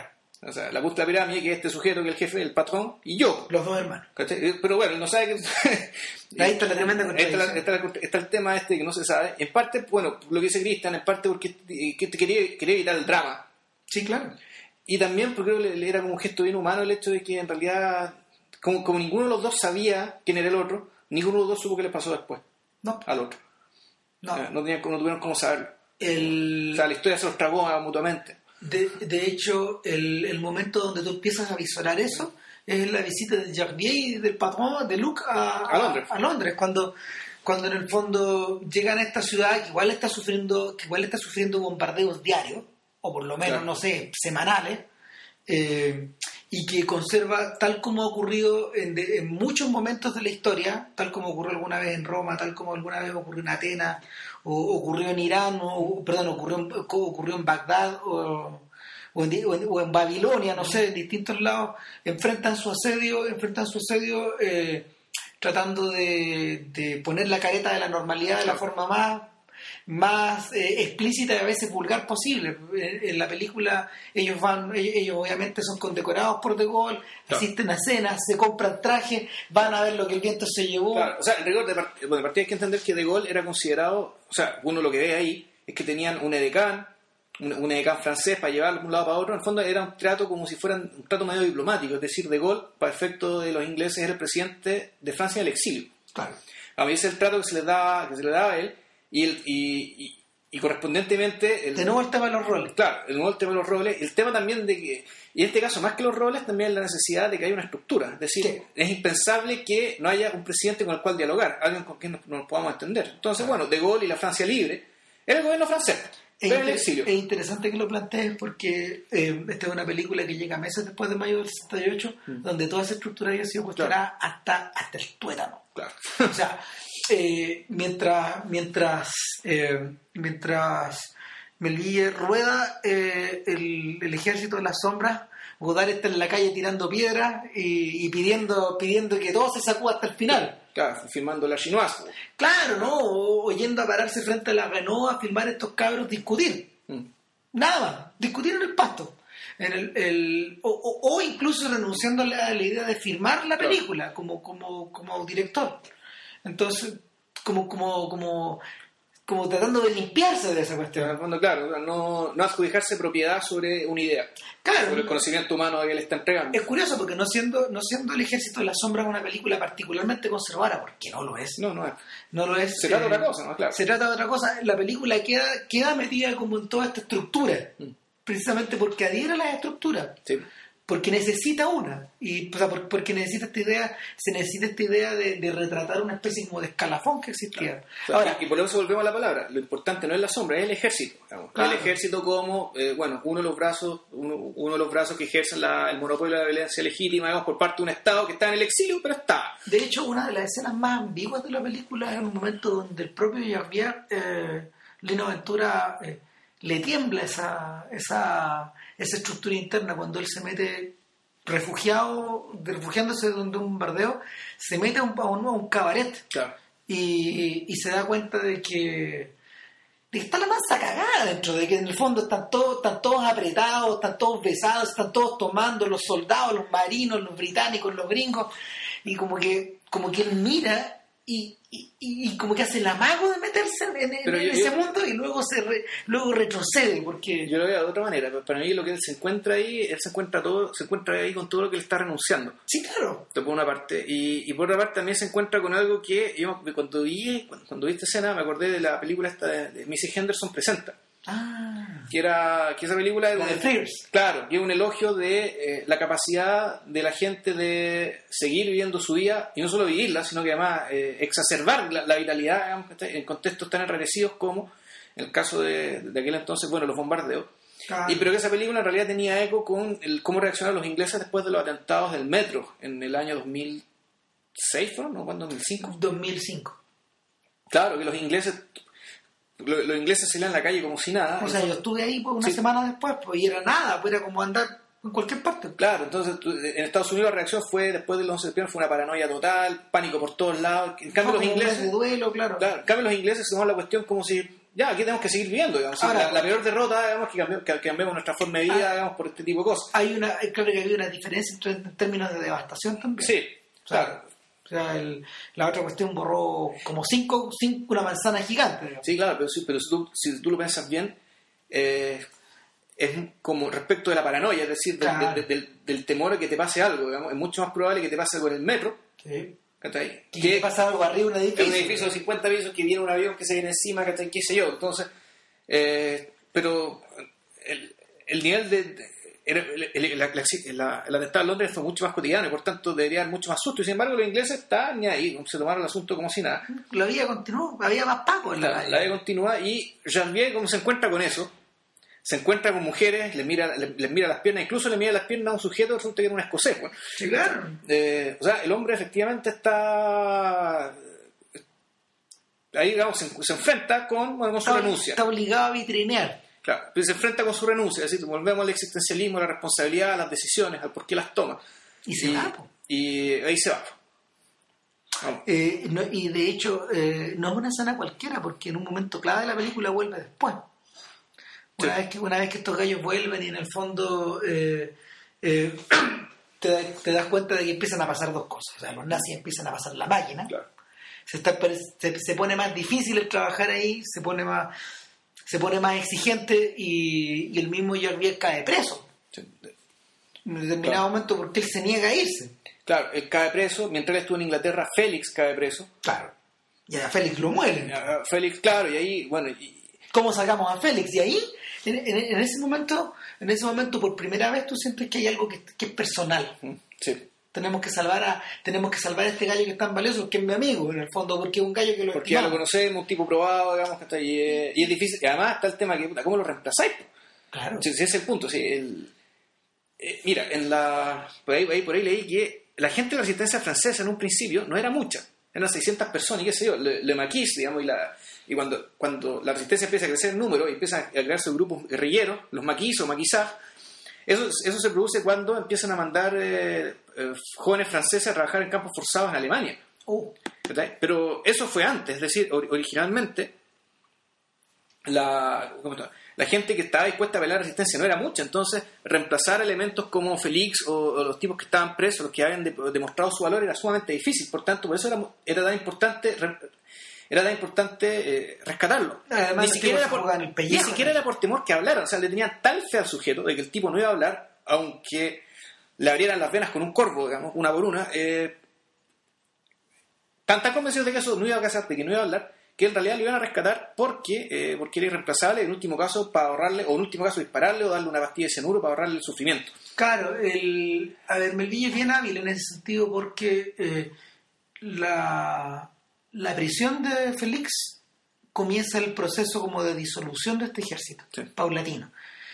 Speaker 2: O sea, la punta de la pirámide, que es este sujeto, que es el jefe, el patrón, y yo.
Speaker 1: Los dos hermanos.
Speaker 2: ¿Cachai? Pero bueno, él no sabe que...
Speaker 1: Ahí está la tremenda
Speaker 2: Ahí está, la,
Speaker 1: contradicción.
Speaker 2: está, la, está el tema este que no se sabe. En parte, bueno, lo que dice Cristian, en parte porque que te quería, quería evitar el drama.
Speaker 1: Sí, claro.
Speaker 2: Y también porque le, le era como un gesto bien humano el hecho de que en realidad, como, como ninguno de los dos sabía quién era el otro, ninguno de los dos supo qué le pasó después
Speaker 1: No.
Speaker 2: al otro.
Speaker 1: No.
Speaker 2: Eh, no, tenían, no tuvieron cómo saberlo.
Speaker 1: El...
Speaker 2: O sea, la historia se los tragó mutuamente.
Speaker 1: De, de hecho, el, el momento donde tú empiezas a visorar eso es la visita de Jardier y del patrón de Luke a,
Speaker 2: A Londres.
Speaker 1: a Londres, cuando, cuando en el fondo llegan a esta ciudad que igual está sufriendo, que igual está sufriendo bombardeos diarios, o por lo menos,
Speaker 2: Claro.
Speaker 1: no sé, semanales, eh, y que conserva, tal como ha ocurrido en, de, en muchos momentos de la historia, tal como ocurrió alguna vez en Roma, tal como alguna vez ocurrió en Atenas, o ocurrió en Irán, o perdón, ocurrió en, ocurrió en Bagdad, o, o, en, o, en, o en Babilonia, no sé, en distintos lados, enfrentan su asedio, enfrentan su asedio eh, tratando de, de poner la careta de la normalidad de la forma más más eh, explícita y a veces vulgar posible. En, en la película ellos van, ellos, ellos obviamente son condecorados por De Gaulle,
Speaker 2: claro.
Speaker 1: asisten a cenas, se compran trajes, van a ver lo que el viento se llevó.
Speaker 2: Claro. O sea, en rigor de, part- bueno, de partida hay que entender que De Gaulle era considerado, o sea, uno lo que ve ahí es que tenían un edecán, un, un edecán francés para llevarlo de un lado para otro. En el fondo era un trato como si fuera un trato medio diplomático, es decir, De Gaulle, para efecto de los ingleses, era el presidente de Francia en el exilio.
Speaker 1: Claro.
Speaker 2: A mí ese es el trato que se le daba, que se le daba a él. Y, el, y, y, y correspondientemente... El,
Speaker 1: de nuevo el tema de los roles.
Speaker 2: Claro, el nuevo el tema de los roles. El tema también de que... Y en este caso, más que los roles, también la necesidad de que haya una estructura. Es decir,
Speaker 1: sí.
Speaker 2: Es impensable que no haya un presidente con el cual dialogar, alguien con quien nos, nos podamos entender. Entonces, claro. Bueno, De Gaulle y la Francia libre era el gobierno francés,
Speaker 1: es
Speaker 2: pero en el exilio.
Speaker 1: Es interesante que lo plantees porque eh, esta es una película que llega meses después de mayo del sesenta y ocho, mm. donde toda esa estructura había sido cuestionada claro. hasta, hasta el tuétano.
Speaker 2: Claro.
Speaker 1: O sea... Eh, mientras mientras eh, mientras Melville rueda eh, el, el ejército de las sombras, Godard está en la calle tirando piedras y, y pidiendo pidiendo que todo se sacuda hasta el final.
Speaker 2: Claro, filmando la chinoise.
Speaker 1: Claro, ¿no? O, o yendo a pararse frente a la Renault a filmar a estos cabros discutir. Mm. Nada más, discutir en el pasto. En el, el, o, o, o incluso renunciando a la, a la idea de filmar la película claro. como, como, como director. Entonces, como, como, como, como tratando de limpiarse de esa cuestión.
Speaker 2: En el fondo, claro, no, no adjudicarse propiedad sobre una idea,
Speaker 1: claro,
Speaker 2: sobre el conocimiento humano que le está entregando.
Speaker 1: Es curioso porque no siendo, no siendo El Ejército de las Sombras una película particularmente conservadora, porque no lo es.
Speaker 2: No, no es.
Speaker 1: No lo es.
Speaker 2: Se trata
Speaker 1: eh,
Speaker 2: de otra cosa, ¿no? Claro.
Speaker 1: Se trata de otra cosa. La película queda, queda metida como en toda esta estructura, mm. precisamente porque adhiere a las estructuras.
Speaker 2: Sí.
Speaker 1: Porque necesita una, y o sea, porque necesita esta idea, se necesita esta idea de, de retratar una especie como de escalafón que existía.
Speaker 2: Claro. O sea,
Speaker 1: Ahora,
Speaker 2: y por eso volvemos a la palabra, lo importante no es la sombra, es el ejército. Claro. El ejército como, eh, bueno, uno de los brazos, uno, uno de los brazos que ejercen la, el monopolio de la violencia legítima, digamos, por parte de un Estado que está en el exilio, pero está.
Speaker 1: De hecho, una de las escenas más ambiguas de la película es un momento donde el propio Jardier, eh, Lino Ventura, eh, le tiembla esa, esa, esa estructura interna cuando él se mete refugiado, refugiándose de un, de un bombardeo, se mete a un, a un, a un cabaret
Speaker 2: claro.
Speaker 1: y, y se da cuenta de que, de que está la masa cagada dentro, de que en el fondo están todos, están todos apretados, están todos besados, están todos tomando, los soldados, los marinos, los británicos, los gringos, y como que, como que él mira y Y, y, y como que hace el amago de meterse en, en, en
Speaker 2: yo,
Speaker 1: ese
Speaker 2: yo,
Speaker 1: mundo y luego se re, luego retrocede porque
Speaker 2: yo lo veo de otra manera. Para mí lo que él se encuentra ahí, él se encuentra todo, se encuentra ahí con todo lo que él está renunciando.
Speaker 1: Sí, claro.
Speaker 2: Por una parte y, y por otra parte también se encuentra con algo que yo cuando vi cuando, cuando vi esta escena me acordé de la película esta de, de Missy Henderson presenta.
Speaker 1: Ah.
Speaker 2: Que era que esa película
Speaker 1: la de Fears.
Speaker 2: Claro, que es un elogio de eh, la capacidad de la gente de seguir viviendo su vida y no solo vivirla, sino que además eh, exacerbar la, la vitalidad, digamos, en contextos tan enrarecidos como en el caso de, de aquel entonces, bueno, los bombardeos. Ah. Y pero que esa película en realidad tenía eco con el cómo reaccionaron los ingleses después de los atentados del metro en el año dos mil seis, ¿fueron? ¿No? ¿Cuándo? ¿dos mil cinco?
Speaker 1: dos mil cinco.
Speaker 2: Claro, que los ingleses los ingleses salían a la calle como si nada.
Speaker 1: O sea, yo estuve ahí pues, una sí. semana después, pues, y era nada, pues era como andar en cualquier parte.
Speaker 2: Claro, entonces en Estados Unidos la reacción fue, después del once de septiembre, fue una paranoia total, pánico por todos lados. En cambio,
Speaker 1: no,
Speaker 2: los ingleses.
Speaker 1: De duelo, claro.
Speaker 2: Claro, en cambio, los ingleses se tomaron la cuestión como si ya, aquí tenemos que seguir viviendo, digamos.
Speaker 1: Ahora,
Speaker 2: la, la peor derrota, digamos, que cambiemos, que cambiemos nuestra forma de vida, ah, digamos, por este tipo de cosas.
Speaker 1: Hay una, creo que hay una diferencia entre, en términos de devastación también.
Speaker 2: Sí,
Speaker 1: o sea,
Speaker 2: claro.
Speaker 1: O sea, el, la otra cuestión borró como cinco, cinco una manzana gigante. Digamos.
Speaker 2: Sí, claro, pero, sí, pero si, tú, si tú lo piensas bien, eh, es como respecto de la paranoia, es decir, del,
Speaker 1: claro.
Speaker 2: de, de, del, del temor a que te pase algo, digamos, es mucho más probable que te pase algo en el metro.
Speaker 1: Sí.
Speaker 2: ¿Cachai?
Speaker 1: Que te pasa algo arriba de un edificio.
Speaker 2: Un edificio de cincuenta pisos que viene un avión que se viene encima, ¿cachai? Qué sé yo. Entonces, eh, pero el, el nivel de... de el, el, la, la, el atentado en Londres fue mucho más cotidiano y por tanto debería haber mucho más susto. Y sin embargo, los ingleses estaban ni ahí, se tomaron el asunto como si nada.
Speaker 1: La vida continuó, había más pagos en la
Speaker 2: La, la vida continúa y Janvier, como se encuentra con eso, se encuentra con mujeres, les mira, les, les mira las piernas, incluso le mira las piernas a un sujeto que resulta que era un escocés. Bueno.
Speaker 1: Sí, claro.
Speaker 2: Eh, o sea, el hombre efectivamente está ahí, digamos, se, se enfrenta con, con su
Speaker 1: está,
Speaker 2: renuncia.
Speaker 1: Está obligado a vitrinear.
Speaker 2: Claro, pero se enfrenta con su renuncia, es decir, volvemos al existencialismo, a la responsabilidad, a las decisiones, al por qué las toma.
Speaker 1: Y se va. Po.
Speaker 2: Y ahí se va.
Speaker 1: Eh, no, y de hecho, eh, no es una escena cualquiera, porque en un momento clave de la película vuelve después. Una, sí. vez, que, una vez que estos gallos vuelven y en el fondo eh, eh, te, da, te das cuenta de que empiezan a pasar dos cosas. O sea, los nazis empiezan a pasar la máquina.
Speaker 2: Claro.
Speaker 1: Se, está, se, se pone más difícil el trabajar ahí, se pone más... se pone más exigente y, y el mismo Janvier cae preso. Sí. En determinado claro. momento porque él se niega a irse.
Speaker 2: Claro, él cae preso. Mientras él estuvo en Inglaterra, Félix cae preso.
Speaker 1: Claro. Y a Félix lo mueren.
Speaker 2: A Félix, claro, y ahí, bueno... Y...
Speaker 1: ¿Cómo sacamos a Félix? Y ahí, en, en, en ese momento, en ese momento, por primera vez tú sientes que hay algo que, que es personal.
Speaker 2: Sí.
Speaker 1: Tenemos que salvar a tenemos que salvar a este gallo que es tan valioso, que es mi amigo, en el fondo, porque es un gallo que lo
Speaker 2: porque ya lo conocemos, un tipo probado, digamos, que está ahí, eh, y es difícil, y además está el tema que, ¿cómo lo reemplazáis?
Speaker 1: Claro.
Speaker 2: Sí, ese es el punto, sí, el, eh, mira, en la por ahí, por ahí leí que la gente de la resistencia francesa en un principio no era mucha, eran seiscientas personas, y qué sé yo, Le, Le Maquis, digamos, y la y cuando, cuando la resistencia empieza a crecer en número, y empiezan a crearse grupos guerrilleros, los maquis o maquisards, Eso, eso se produce cuando empiezan a mandar eh, eh, jóvenes franceses a trabajar en campos forzados en Alemania.
Speaker 1: Oh.
Speaker 2: Pero eso fue antes, es decir, or- originalmente la, la gente que estaba dispuesta a pelear la resistencia no era mucha, entonces reemplazar elementos como Félix o, o los tipos que estaban presos, los que habían de, demostrado su valor, era sumamente difícil, por tanto, por eso era, era tan importante... Re, Era tan importante eh, rescatarlo.
Speaker 1: Además,
Speaker 2: ni, siquiera era por,
Speaker 1: el pellejo,
Speaker 2: ni siquiera era por temor que hablaran. O sea, le tenían tal fe al sujeto de que el tipo no iba a hablar, aunque le abrieran las venas con un corvo, digamos, una por una. Eh, tan, tan convencidos de que eso no iba a casar, de que no iba a hablar, que en realidad le iban a rescatar porque, eh, porque era irreemplazable, en último caso, para ahorrarle, o en último caso, dispararle o darle una pastilla de cianuro para ahorrarle el sufrimiento.
Speaker 1: Claro, el, a ver, Melville es bien hábil en ese sentido porque eh, la... La prisión de Félix comienza el proceso como de disolución de este ejército, sí. paulatino.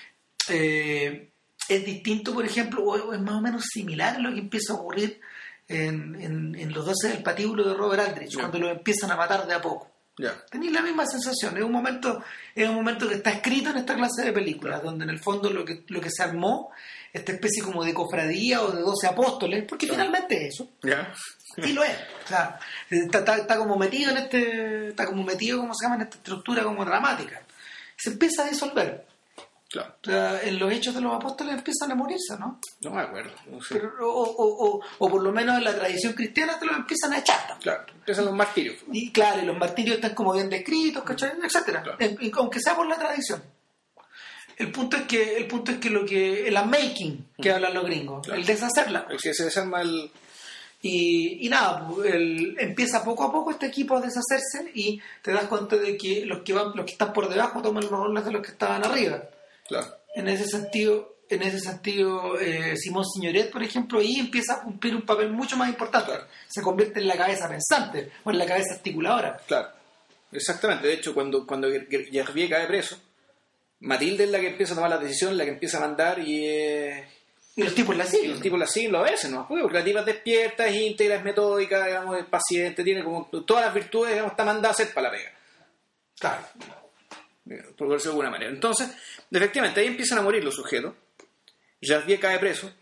Speaker 1: Eh, es distinto, por ejemplo, o es más o menos similar a lo que empieza a ocurrir en, en, en Los doce del patíbulo de Robert Aldrich, yeah. cuando lo empiezan a matar de a poco.
Speaker 2: Yeah.
Speaker 1: Tenéis la misma sensación, es un momento, es un momento que está escrito en esta clase de películas, yeah. donde en el fondo lo que, lo que se armó, esta especie como de cofradía o de doce apóstoles, porque yeah. finalmente es eso.
Speaker 2: Yeah.
Speaker 1: Sí lo es, o sea, está, está, está como metido en este, está como metido, ¿cómo se llama?, en esta estructura como dramática. Se empieza a disolver.
Speaker 2: Claro.
Speaker 1: O sea, en los hechos de los apóstoles empiezan a morirse, ¿no?
Speaker 2: No me acuerdo, no sé.
Speaker 1: Pero, o, o, o, o por lo menos en la tradición cristiana te los empiezan a echar también.
Speaker 2: Claro, empiezan los martirios.
Speaker 1: Y claro, y los martirios están como bien descritos, ¿cachai? Etcétera. Claro. En, en, aunque sea por la tradición. El punto es que, el punto es que lo que, el unmaking que hablan los gringos, claro. el deshacerla.
Speaker 2: El que se desarma el...
Speaker 1: Y, y nada, el, empieza poco a poco este equipo a deshacerse y te das cuenta de que los que van, los que están por debajo toman los roles de los que estaban arriba.
Speaker 2: Claro.
Speaker 1: En ese sentido, en ese sentido, eh, Simón Signoret, por ejemplo, ahí empieza a cumplir un papel mucho más importante.
Speaker 2: Claro.
Speaker 1: Se convierte en la cabeza pensante o en la cabeza articuladora.
Speaker 2: Claro, exactamente. De hecho, cuando cuando Janvier cae preso, Matilde es la que empieza a tomar la decisión, la que empieza a mandar y eh...
Speaker 1: Y los tipos la siguen.
Speaker 2: Y los tipos la siguen, lo obedecen, ¿no? Porque la tipa es despierta, es íntegra, es metódica, digamos, es paciente, tiene como todas las virtudes, digamos, está mandada a hacer para la pega.
Speaker 1: Claro.
Speaker 2: Por verse de alguna manera. Entonces, efectivamente, ahí empiezan a morir los sujetos. Janvier cae preso.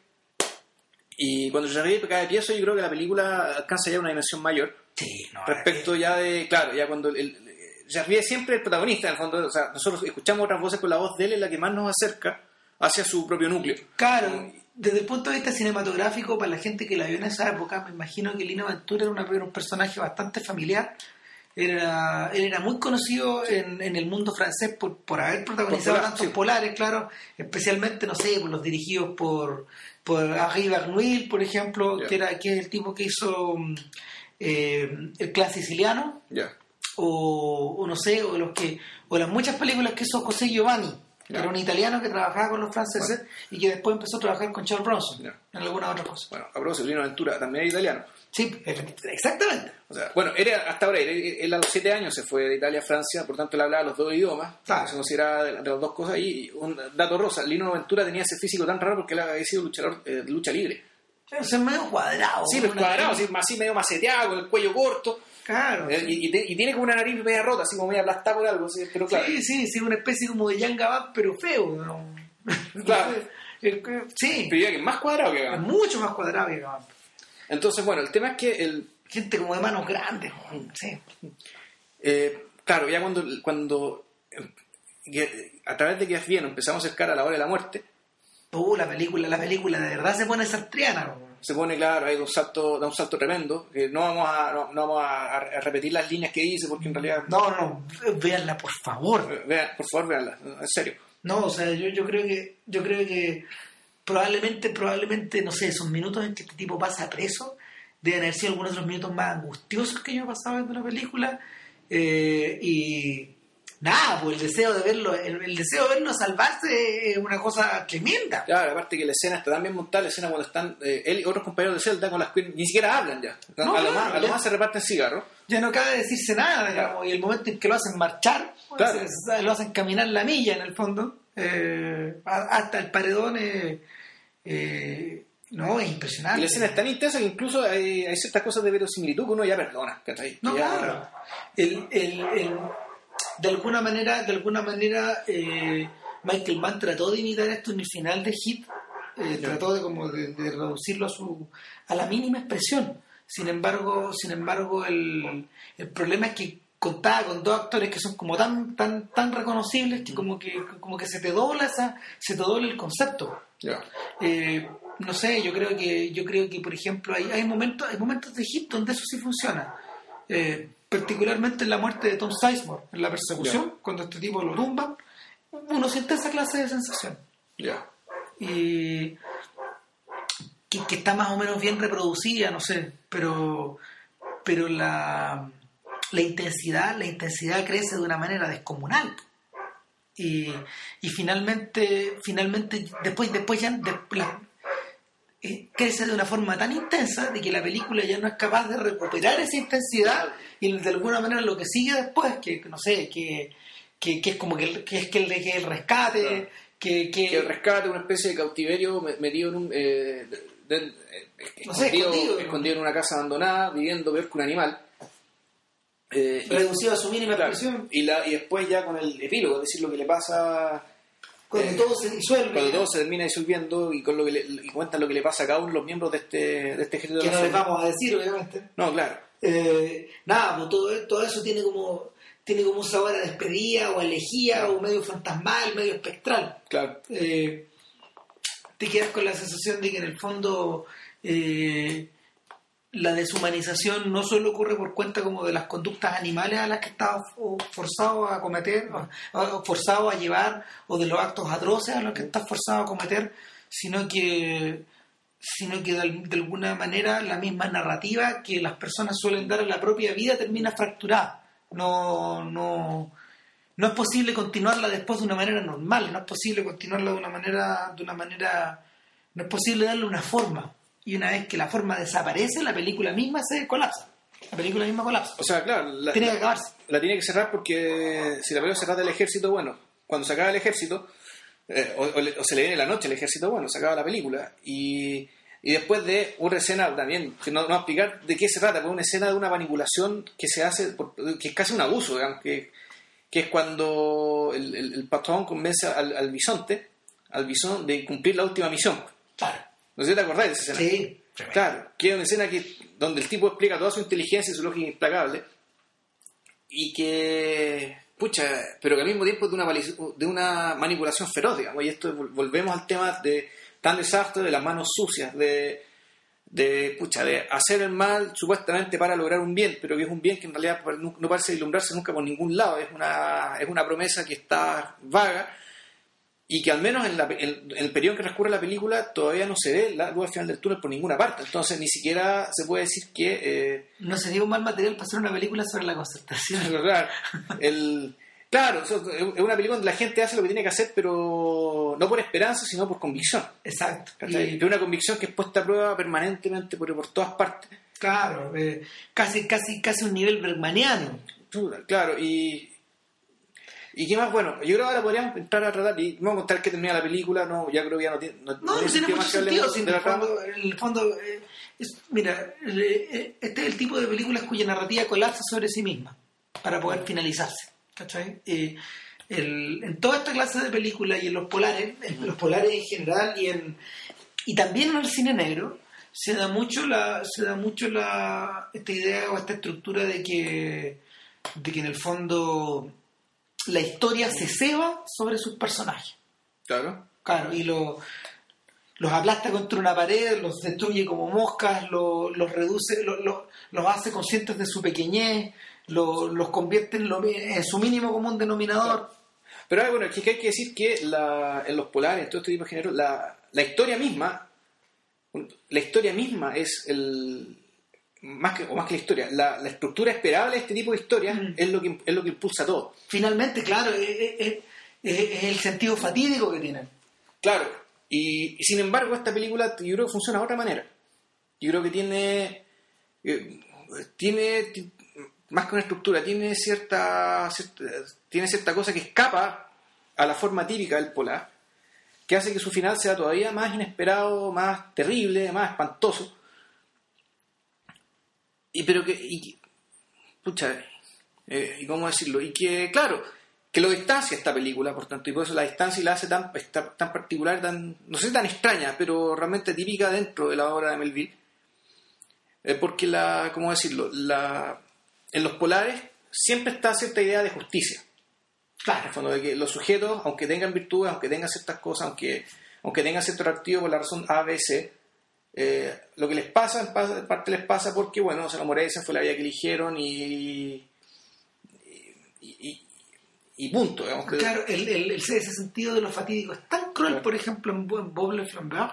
Speaker 2: Y cuando Janvier cae preso, yo creo que la película alcanza ya una dimensión mayor.
Speaker 1: Sí, no,
Speaker 2: respecto
Speaker 1: es...
Speaker 2: ya de, claro, ya cuando el, Jarvier siempre es el protagonista, en el fondo. O sea, nosotros escuchamos otras voces, con la voz de él es la que más nos acerca hacia su propio núcleo.
Speaker 1: Claro, desde el punto de vista cinematográfico, para la gente que la vio en esa época, me imagino que Lino Ventura era, una, era un personaje bastante familiar. Era, él era muy conocido en, en el mundo francés por, por haber protagonizado
Speaker 2: Polar,
Speaker 1: tantos
Speaker 2: sí.
Speaker 1: polares, claro, especialmente, no sé, por los dirigidos por, por Henri Verneuil, por ejemplo,
Speaker 2: Yeah.
Speaker 1: que era que es el tipo que hizo eh, El Clan Siciliano,
Speaker 2: Ya.
Speaker 1: o, o no sé, o los que o las muchas películas que hizo José Giovanni, que
Speaker 2: Yeah.
Speaker 1: era un italiano que trabajaba con los franceses y que después empezó a trabajar con Charles Bronson
Speaker 2: Yeah.
Speaker 1: en alguna otra cosa.
Speaker 2: Bueno, a propósito, Lino Ventura también era italiano.
Speaker 1: Sí, exactamente.
Speaker 2: O sea, bueno, era hasta ahora, él, él a los siete años se fue de Italia a Francia, por tanto él hablaba los dos idiomas,
Speaker 1: Claro.
Speaker 2: se consideraba de, de las dos cosas. Y un dato rosa, Lino Ventura tenía ese físico tan raro porque él había sido luchador eh, de lucha libre.
Speaker 1: O sea, medio cuadrado.
Speaker 2: Sí, pues
Speaker 1: una-
Speaker 2: cuadrado, así, así medio maceteado, con el cuello corto.
Speaker 1: Claro.
Speaker 2: Eh, y, y te- y tiene como una nariz media rota, así como media aplastada por algo, ¿sí? Pero claro.
Speaker 1: Sí, sí, sí, una especie como de Jan Gabán, pero feo, ¿no?
Speaker 2: Claro.
Speaker 1: Eh, eh, Sí,
Speaker 2: Pero diría que es más cuadrado que
Speaker 1: es
Speaker 2: Gabán.
Speaker 1: mucho más cuadrado que Gabán.
Speaker 2: Entonces, bueno, el tema es que el,
Speaker 1: Gente como de manos grandes, ¿no? Sí.
Speaker 2: eh, claro, ya cuando, cuando eh, que a través de que bien empezamos a acercar a la hora de la muerte,
Speaker 1: Uh, la película, la película de verdad se pone sartriana, ¿no?
Speaker 2: se pone claro, hay un salto, da un salto tremendo, que no vamos a, no, no vamos a, a repetir las líneas que dice, porque en realidad,
Speaker 1: No, no, véanla, por favor.
Speaker 2: eh, vean, por favor, veanla, en serio.
Speaker 1: No, o sea, yo, yo creo que yo creo que probablemente, probablemente, no sé, esos minutos en que este tipo pasa preso deben haber sido algunos de los minutos más angustiosos que yo he pasado viendo la película. Eh, y nada, pues el deseo de verlo, el, el deseo de verlo salvarse es una cosa tremenda.
Speaker 2: Claro, aparte que la escena está tan bien montada, la escena cuando están eh, él y otros compañeros de celda con las que ni siquiera hablan ya.
Speaker 1: No,
Speaker 2: a lo
Speaker 1: claro,
Speaker 2: más, a lo
Speaker 1: ya.
Speaker 2: más se reparten cigarros.
Speaker 1: Ya no cabe decirse nada, digamos, y el momento en que lo hacen marchar, pues,
Speaker 2: Claro.
Speaker 1: se- lo hacen caminar la milla en el fondo, eh, a- hasta el paredón, eh, eh, no, es impresionante.
Speaker 2: Y la escena es tan intensa que incluso hay, hay ciertas cosas de verosimilitud que uno ya perdona, ¿cachai?
Speaker 1: No,
Speaker 2: Que ya-
Speaker 1: claro. El, el, el- de alguna manera, de alguna manera, eh, Michael Mann trató de imitar esto en el final de Hit, eh,
Speaker 2: Ya.
Speaker 1: trató de como de, de reducirlo a su a la mínima expresión. Sin embargo, sin embargo, el, el problema es que contaba con dos actores que son como tan tan tan reconocibles que como que como que se te dobla esa se te dobla el concepto.
Speaker 2: Ya.
Speaker 1: Eh, no sé, yo creo que yo creo que por ejemplo hay, hay momentos hay momentos de Hit donde eso sí funciona. Eh, particularmente en la muerte de Tom Sizemore, en la persecución,
Speaker 2: Ya.
Speaker 1: cuando este tipo lo tumban, uno siente esa clase de sensación.
Speaker 2: Ya.
Speaker 1: Y que, que está más o menos bien reproducida, no sé, pero pero la, la intensidad, la intensidad crece de una manera descomunal. Y, y finalmente, finalmente, después, después ya de- la- eh, crece de una forma tan intensa de que la película ya no es capaz de recuperar esa intensidad y de alguna manera lo que sigue después, que no sé, que, que, que es como que, el- que es que el, que el rescate,
Speaker 2: Claro.
Speaker 1: que, que,
Speaker 2: Que el rescate, una especie de cautiverio me- metido en un... Eh, de- de- eh,
Speaker 1: No sé,
Speaker 2: escondido,
Speaker 1: escondido.
Speaker 2: escondido en una casa abandonada, viviendo peor que un animal. Eh, y-
Speaker 1: reducido a su mínima
Speaker 2: claro,
Speaker 1: expresión,
Speaker 2: y, la, y después ya con el epílogo, es decir, lo que le pasa...
Speaker 1: cuando
Speaker 2: eh,
Speaker 1: todo se disuelve,
Speaker 2: Cuando todo se termina disolviendo y con lo que le, y cuentan lo que le pasa a cada uno de los miembros de este, de este ejército.
Speaker 1: que
Speaker 2: de
Speaker 1: no
Speaker 2: la
Speaker 1: les
Speaker 2: zona.
Speaker 1: vamos a decir, obviamente.
Speaker 2: No, claro.
Speaker 1: Eh, nada, pues todo, todo eso tiene como tiene como un sabor a despedida o a elegía o medio fantasmal, medio espectral.
Speaker 2: Claro.
Speaker 1: Eh, te quedas con la sensación de que en el fondo eh, la deshumanización no solo ocurre por cuenta como de las conductas animales a las que estaba forzado a cometer, o, o forzado a llevar, o de los actos atroces a los que estás forzado a cometer, sino que sino que de, de alguna manera la misma narrativa que las personas suelen dar a la propia vida termina fracturada. No, no, no es posible continuarla después de una manera normal, no es posible continuarla de una manera, de una manera, no es posible darle una forma. Y una vez que la forma desaparece, la película misma se colapsa. La película misma colapsa.
Speaker 2: O sea, claro, la,
Speaker 1: Tiene que
Speaker 2: la-
Speaker 1: acabarse.
Speaker 2: la tiene que cerrar porque si la película se trata del ejército, bueno, cuando se acaba el ejército, eh, o, o le- o se le viene la noche al ejército, bueno, se acaba la película. Y, y después de una escena también, que no, no voy a explicar de qué se trata, pero una escena de una manipulación que se hace, por- que es casi un abuso, digamos, que, que es cuando el, el, el patrón convence al, al bisonte, al bisón, de cumplir la última misión.
Speaker 1: Claro.
Speaker 2: No sé si te acordáis de esa escena.
Speaker 1: Sí.
Speaker 2: Claro, que es una escena que, donde el tipo explica toda su inteligencia y su lógica implacable y que, pucha, pero que al mismo tiempo es de una, de una manipulación feroz, digamos, y esto volvemos al tema de tan desastre, de las manos sucias, de, de, pucha, de hacer el mal supuestamente para lograr un bien, pero que es un bien que en realidad no parece iluminarse nunca por ningún lado, es una, es una promesa que está vaga, y que al menos en, la, en, en el periodo en que transcurre la película todavía no se ve la luz al final del túnel por ninguna parte. Entonces ni siquiera se puede decir que... Eh,
Speaker 1: no sería un mal material para hacer una película sobre la Concertación.
Speaker 2: Claro, el, claro, es una película donde la gente hace lo que tiene que hacer, pero no por esperanza, sino por convicción.
Speaker 1: Exacto.
Speaker 2: Y de una convicción que es puesta a prueba permanentemente por, por todas partes.
Speaker 1: Claro, eh, casi, casi, casi un nivel bergmaniano.
Speaker 2: Claro, y... ¿Y qué más? Bueno, yo creo que ahora podríamos entrar a tratar, y vamos a contar que termina la película, no, ya creo que ya no tiene... No,
Speaker 1: no, no, no tiene mucho sentido, si en el fondo, en el fondo eh, es, mira, eh, este es el tipo de películas cuya narrativa colapsa sobre sí misma, para poder finalizarse, ¿cachai? Eh, el, en toda esta clase de películas y en los polares, en los polares en general, y en y también en el cine negro, se da mucho la se da mucho la esta idea o esta estructura de que de que en el fondo la historia se ceba sobre sus personajes.
Speaker 2: Claro.
Speaker 1: Claro, y lo, los aplasta contra una pared, los destruye como moscas, lo, los reduce, lo, lo, los hace conscientes de su pequeñez, lo, los convierte en, lo, en su mínimo común denominador.
Speaker 2: Claro. Pero bueno, aquí hay que decir que la, en los polares, en todo este tipo de género, la, la historia misma, la historia misma es el... más que o más que la historia, la, la estructura esperable de este tipo de historias mm. es lo que es lo que impulsa todo.
Speaker 1: Finalmente, claro, es, es, es, es el sentido fatídico que tienen.
Speaker 2: Claro, y, y sin embargo esta película yo creo que funciona de otra manera. Yo creo que tiene eh, tiene más que una estructura, tiene cierta, cierta tiene cierta cosa que escapa a la forma típica del polar, que hace que su final sea todavía más inesperado, más terrible, más espantoso. Y pero que y, pucha eh, y cómo decirlo y que claro que lo distancia esta película, por tanto, y por eso la distancia y la hace tan tan particular, tan no sé tan extraña, pero realmente típica dentro de la obra de Melville, eh, porque la cómo decirlo la en los polares siempre está cierta idea de justicia, claro, en el fondo de que los sujetos, aunque tengan virtudes, aunque tengan ciertas cosas, aunque aunque tengan cierto atractivo por la razón A, B, C, Eh, lo que les pasa, en parte les pasa porque, bueno, se lo merecen, fue la vida que eligieron y y, y, y punto. Digamos que...
Speaker 1: Claro, el, el, ese sentido de lo fatídico es tan cruel, claro. Por ejemplo, en, en Bob le Flambard,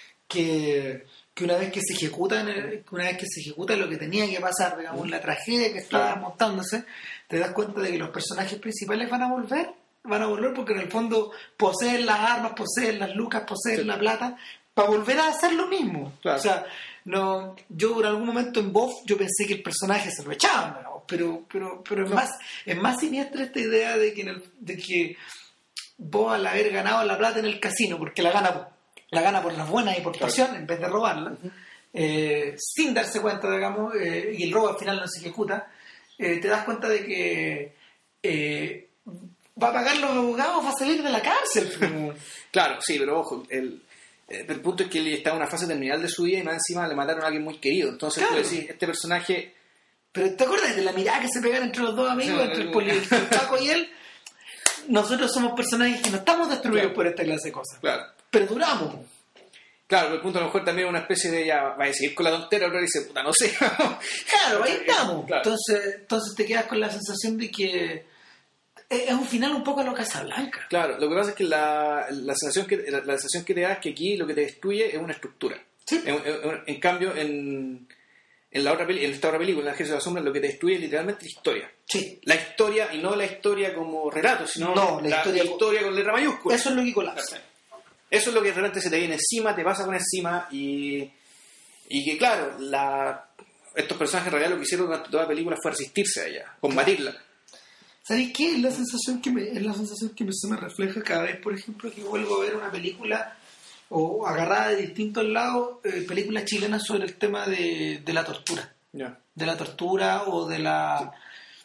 Speaker 1: que, que una vez que se ejecuta que una vez que se ejecuta lo que tenía que pasar, digamos, la tragedia que estaba claro. montándose, te das cuenta de que los personajes principales van a volver, van a volver porque en el fondo poseen las armas, poseen las lucas, poseen sí. la plata, para volver a hacer lo mismo. Claro. O sea, no, yo en algún momento en Bob yo pensé que el personaje se lo echaban, ¿no? pero pero pero es no. más es más siniestra esta idea de que en el, de que Bob, al haber ganado la plata en el casino, porque la gana la gana por las buenas y por pasión, claro. en vez de robarla, uh-huh. eh, sin darse cuenta, digamos, eh, y el robo al final no se ejecuta, eh, te das cuenta de que eh, va a pagar los abogados, va a salir de la cárcel.
Speaker 2: Claro, sí, pero ojo, el el punto es que él está en una fase terminal de su vida y más encima le mataron a alguien muy querido. Entonces, claro. tú decís, este personaje...
Speaker 1: Pero ¿te acuerdas de la mirada que se pegan entre los dos amigos, no, entre el, poli, el Paco y él? Nosotros somos personajes que no estamos destruidos claro. por esta clase de cosas.
Speaker 2: Claro.
Speaker 1: Pero duramos.
Speaker 2: Claro, pero el punto a lo mejor también es una especie de ya, va a seguir con la tontera, ahora dice, puta, no sé.
Speaker 1: Claro, ahí estamos. Claro. Entonces, entonces te quedas con la sensación de que es un final un poco a lo Casablanca.
Speaker 2: Claro, lo que pasa es que la, la, sensación que la, la sensación que te da es que aquí lo que te destruye es una estructura.
Speaker 1: Sí.
Speaker 2: En, en, en cambio, en, en, la otra peli, en esta otra película, en El Ejército de la Sombra, lo que te destruye es literalmente la historia.
Speaker 1: Sí.
Speaker 2: La historia, y no la historia como relato, sino
Speaker 1: no, la, la, historia,
Speaker 2: la historia con letra mayúscula.
Speaker 1: Eso es lo que colapsa.
Speaker 2: Eso es lo que realmente se te viene encima, te pasa por encima, y, y que claro, la, estos personajes en realidad lo que hicieron durante toda la película fue resistirse a ella, combatirla. Claro.
Speaker 1: ¿Sabéis qué? Es la sensación que me, es la sensación que me, se me refleja cada vez, por ejemplo, que vuelvo a ver una película o agarrada de distintos lados, eh, películas chilenas sobre el tema de, de la tortura.
Speaker 2: Yeah.
Speaker 1: De la tortura o de la sí.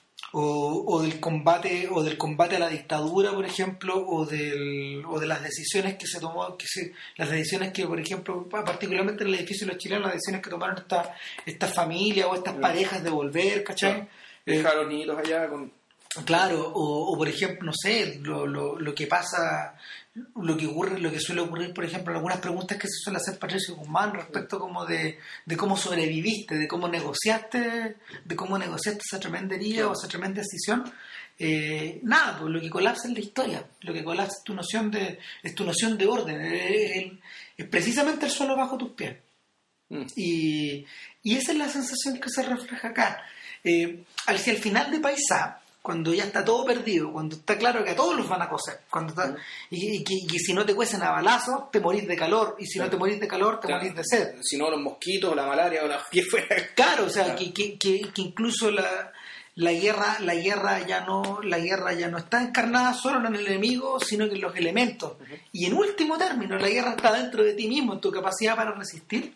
Speaker 1: o, o del combate o del combate a la dictadura, por ejemplo, o del o de las decisiones que se tomó, que se, las decisiones que, por ejemplo, particularmente en el edificio de los chilenos, las decisiones que tomaron estas esta familias o estas yeah. parejas de volver, ¿cachai? Yeah.
Speaker 2: dejar a los niñitos allá con...
Speaker 1: Claro, o, o por ejemplo, no sé, lo, lo, lo que pasa, lo que ocurre, lo que suele ocurrir, por ejemplo, en algunas preguntas que se suele hacer Patricio Guzmán respecto como de, de cómo sobreviviste, de cómo negociaste, de cómo negociaste esa tremenda herida o esa tremenda decisión. Eh, nada, pues lo que colapsa es la historia, lo que colapsa es tu noción de, es tu noción de orden, es, es, es precisamente el suelo bajo tus pies. Mm. Y, y esa es la sensación que se refleja acá. Eh, hacia el final de Paisá, cuando ya está todo perdido, cuando está claro que a todos los van a coser, cuando está, y, y, que, y que si no te cuecen a balazos, te morís de calor, y si claro. no te morís de calor, te claro. morís de sed.
Speaker 2: Si no, los mosquitos, la malaria o la que fuera.
Speaker 1: Claro, o sea, claro. Que, que, que, que incluso la, la guerra, la guerra ya no, la guerra ya no está encarnada solo en el enemigo, sino que en los elementos. Uh-huh. Y en último término, la guerra está dentro de ti mismo, en tu capacidad para resistir.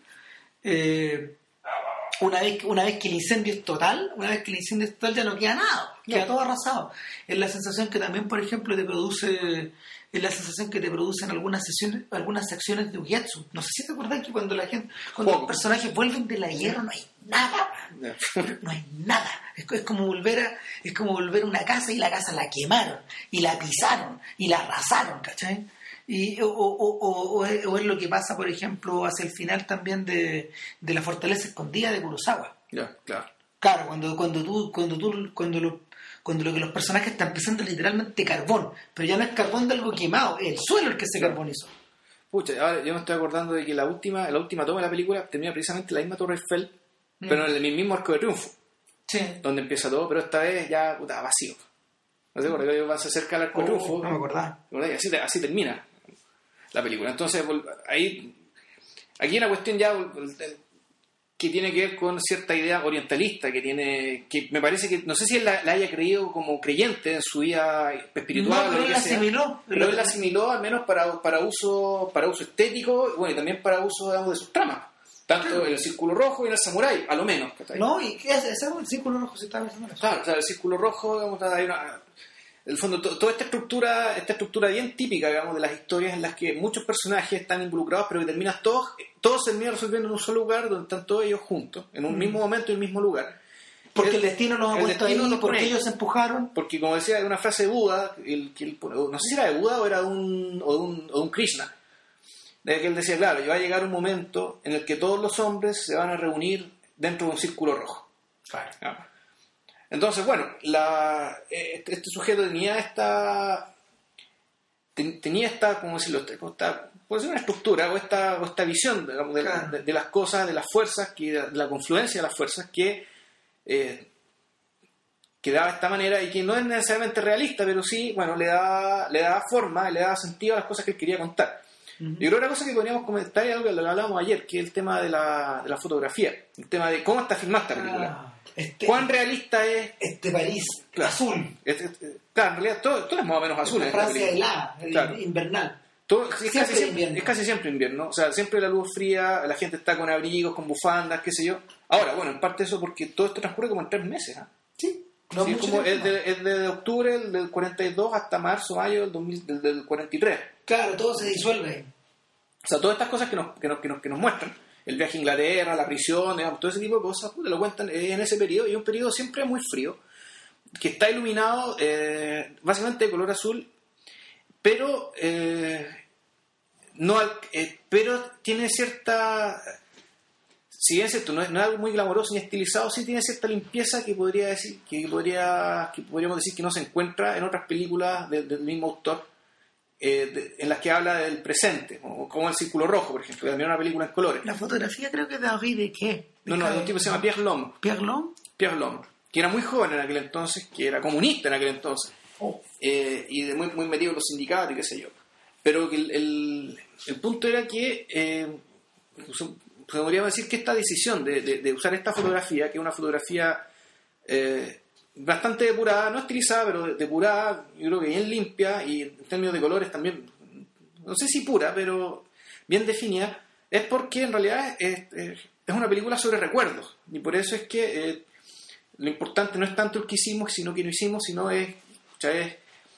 Speaker 1: Eh, Una vez, una vez que el incendio es total, una vez que el incendio es total ya no queda nada, queda no. todo arrasado. Es la sensación que también, por ejemplo, te produce, es la sensación que te producen algunas sesiones, algunas secciones de Ugetsu. No sé si te acordás que cuando la gente, cuando oh. los personajes vuelven de la guerra no hay nada, no, no hay nada. Es, es como volver a, es como volver a una casa y la casa la quemaron y la pisaron y la arrasaron, ¿cachai? Y, o, o, o, o, es, o es lo que pasa, por ejemplo, hacia el final también de, de la fortaleza escondida de Kurosawa.
Speaker 2: Yeah, claro.
Speaker 1: Claro, cuando, cuando tú, cuando tú, cuando lo, cuando lo que los personajes están presentando es literalmente carbón, pero ya no es carbón de algo quemado, es el suelo el que se
Speaker 2: claro.
Speaker 1: carbonizó.
Speaker 2: Pucha, ahora yo me estoy acordando de que la última, la última toma de la película termina precisamente en la misma Torre Eiffel, mm. pero en el mismo Arco de Triunfo.
Speaker 1: Sí.
Speaker 2: Donde empieza todo, pero esta vez ya puta, vacío. No sé, porque vas a acercar al Arco de
Speaker 1: oh,
Speaker 2: Triunfo.
Speaker 1: No me acordaba.
Speaker 2: Y así, así termina la película. Entonces, ahí, aquí hay una cuestión ya que tiene que ver con cierta idea orientalista que tiene, que me parece que, no sé si él la, la haya creído como creyente en su vida espiritual,
Speaker 1: no, pero
Speaker 2: o
Speaker 1: él la asimiló,
Speaker 2: pero él la asimiló al menos para, para uso para uso estético, bueno, y también para uso, digamos, de sus tramas, tanto claro. en el Círculo Rojo y en el Samurái, a lo menos.
Speaker 1: No, y ese es el Círculo Rojo se estaba pensando.
Speaker 2: Claro, o sea, el Círculo Rojo, digamos, hay una... En el fondo, to, toda esta estructura, esta estructura bien típica, digamos, de las historias en las que muchos personajes están involucrados, pero que terminan todos, todos se terminan resolviendo en un solo lugar, donde están todos ellos juntos, en un mm. mismo momento y el mismo lugar.
Speaker 1: Porque el, el destino nos ha puesto ahí, nos porque ellos se empujaron.
Speaker 2: Porque, como decía, hay una frase de Buda, el, el, no sé si era de Buda o era de un, o de un, o de un Krishna, de que él decía, claro, que va a llegar un momento en el que todos los hombres se van a reunir dentro de un círculo rojo.
Speaker 1: Claro.
Speaker 2: ¿No? Entonces, bueno, la, este, este sujeto tenía esta, ten, tenía esta, ¿cómo decirlo? Esta, puede ser una estructura o esta, o esta visión, digamos, de,
Speaker 1: claro.
Speaker 2: de, de las cosas, de las fuerzas, que, de la confluencia de las fuerzas que, eh, que daba de esta manera y que no es necesariamente realista, pero sí, bueno, le da, le da forma, le da sentido a las cosas que él quería contar. Uh-huh. Yo creo que una cosa que podríamos comentar es algo que lo hablábamos ayer, que es el tema de la, de la fotografía, el tema de cómo está filmada esta película. Ah. Este, ¿Cuán realista es
Speaker 1: este París claro, azul?
Speaker 2: Este, este, claro, en realidad todo, todo es más o menos azul.
Speaker 1: La Francia helada, claro. invernal.
Speaker 2: Todo, es, casi siempre, es casi siempre invierno. O sea, siempre la luz fría, la gente está con abrigos, con bufandas, qué sé yo. Ahora, bueno, en parte eso porque todo esto transcurre como en tres meses. ¿eh?
Speaker 1: Sí.
Speaker 2: No sí es, como, es, de, es de octubre del cuarenta y dos hasta marzo, mayo del, dos mil, del, del cuarenta y tres.
Speaker 1: Claro, todo se disuelve.
Speaker 2: O sea, todas estas cosas que nos, que nos, que nos, que nos muestran. El viaje a Inglaterra, la prisión, digamos, todo ese tipo de cosas, pues, te lo cuentan en ese periodo, y es un periodo siempre muy frío, que está iluminado eh, básicamente de color azul, pero eh, no eh, pero tiene cierta, si bien es cierto, no es, no es algo muy glamoroso ni estilizado, sí tiene cierta limpieza que podría decir, que podría, que podríamos decir que no se encuentra en otras películas de, del mismo autor. Eh, de, en las que habla del presente, como, como El Círculo Rojo, por ejemplo, que también es una película en colores.
Speaker 1: La fotografía creo que es de Henri de qué? De
Speaker 2: no, no, de un tipo que se llama Pierre Lhomme.
Speaker 1: ¿Pierre Lhomme?
Speaker 2: Pierre Lhomme, que era muy joven en aquel entonces, que era comunista en aquel entonces,
Speaker 1: oh.
Speaker 2: eh, y de muy, muy metido en los sindicatos y qué sé yo. Pero que el, el, el punto era que, eh, podríamos decir que esta decisión de, de, de usar esta fotografía, que es una fotografía eh, bastante depurada, no estilizada, pero depurada, yo creo que bien limpia, y en términos de colores también, no sé si pura, pero bien definida, es porque en realidad es, es, es una película sobre recuerdos, y por eso es que eh, lo importante no es tanto el que hicimos, sino que no hicimos, sino es, o sea, es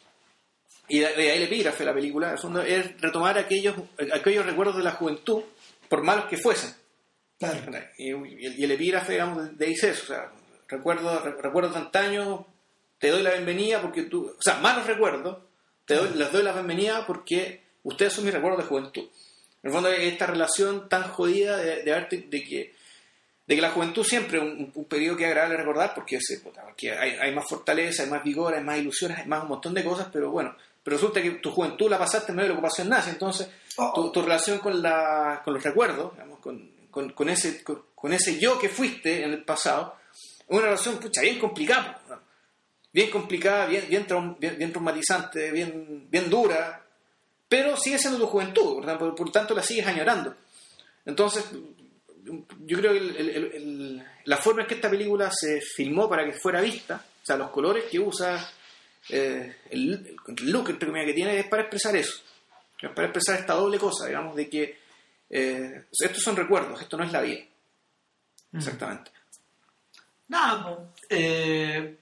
Speaker 2: y de ahí el epígrafe de la película, en el fondo, es retomar aquellos, aquellos recuerdos de la juventud, por malos que fuesen.
Speaker 1: Claro.
Speaker 2: Y, y el epígrafe, digamos, de dice eso, o sea, recuerdos, re- recuerdos de antaño, te doy la bienvenida porque tú, o sea, malos recuerdos, te doy, les doy la bienvenida porque ustedes son mis recuerdos de juventud. En el fondo, esta relación tan jodida de, de, arte, de que de que la juventud siempre es un, un periodo que es agradable recordar porque, es, porque hay, hay más fortaleza, hay más vigor, hay más ilusiones, hay más un montón de cosas, pero bueno, pero resulta que tu juventud la pasaste en medio de la ocupación nazi, entonces tu, tu relación con, la, con los recuerdos, digamos, con, con, con, ese, con, con ese yo que fuiste en el pasado, es una relación pucha, bien complicada, ¿no? Bien complicada, bien, bien, traum, bien, bien traumatizante, bien, bien dura, pero sigue siendo tu juventud, por, por, por tanto la sigues añorando. Entonces, yo creo que el, el, el, el, la forma en que esta película se filmó para que fuera vista, o sea, los colores que usa, eh, el, el look entre comillas, que tiene, es para expresar eso, es para expresar esta doble cosa, digamos, de que eh, estos son recuerdos, esto no es la vida. Mm. Exactamente.
Speaker 1: Nada, pues, eh,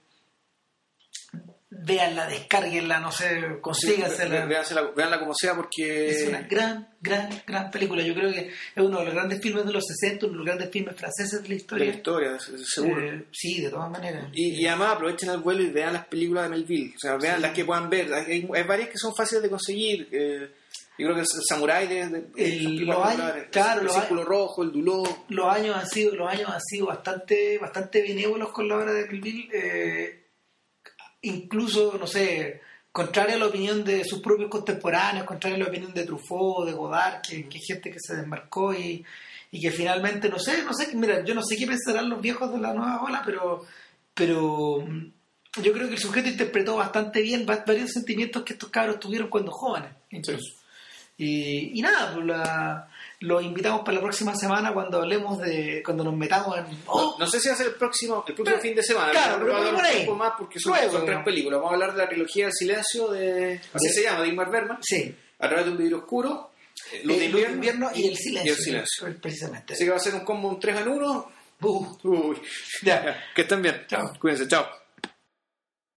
Speaker 1: véanla, descárguenla, no sé, consígansela.
Speaker 2: Sí, véansela, véanla como sea porque...
Speaker 1: Es una gran, gran, gran película. Yo creo que es uno de los grandes filmes de los sesenta, uno de los grandes filmes franceses de la historia.
Speaker 2: De la historia, seguro.
Speaker 1: Eh, sí, de todas maneras.
Speaker 2: Y, y además aprovechen el vuelo y vean las películas de Melville. O sea, vean sí. las que puedan ver. Hay, hay varias que son fáciles de conseguir. Eh, yo creo que el Samurai de, de,
Speaker 1: el, los años, claro,
Speaker 2: el, el Círculo años, Rojo, el Duló.
Speaker 1: Los años han sido, los años han sido bastante, bastante benévolos con la obra de Melville. Eh, incluso, no sé, contrario a la opinión de sus propios contemporáneos, contrario a la opinión de Truffaut, de Godard, que, que hay gente que se desmarcó y, y que finalmente, no sé, no sé, mira, yo no sé qué pensarán los viejos de la nueva ola, pero, pero yo creo que el sujeto interpretó bastante bien varios sentimientos que estos cabros tuvieron cuando jóvenes, incluso. Sí. Y, y nada, pues la... los invitamos para la próxima semana cuando hablemos de cuando nos metamos en oh,
Speaker 2: no, no sé si va a ser el próximo el próximo pero, fin de semana,
Speaker 1: claro, pero, pero
Speaker 2: vamos a hablar un poco más porque son,
Speaker 1: Luego,
Speaker 2: son tres películas. Vamos a hablar de la trilogía del silencio de así ¿sí? se llama, de Ingmar Bergman,
Speaker 1: sí.
Speaker 2: A través de un vidrio oscuro,
Speaker 1: eh, Luz de invierno, invierno y, y el silencio,
Speaker 2: y el silencio.
Speaker 1: Precisamente.
Speaker 2: Así que va a ser un combo un tres en uno.
Speaker 1: Uh.
Speaker 2: Uy.
Speaker 1: Ya.
Speaker 2: Que estén bien.
Speaker 1: Chao.
Speaker 2: Cuídense, chao.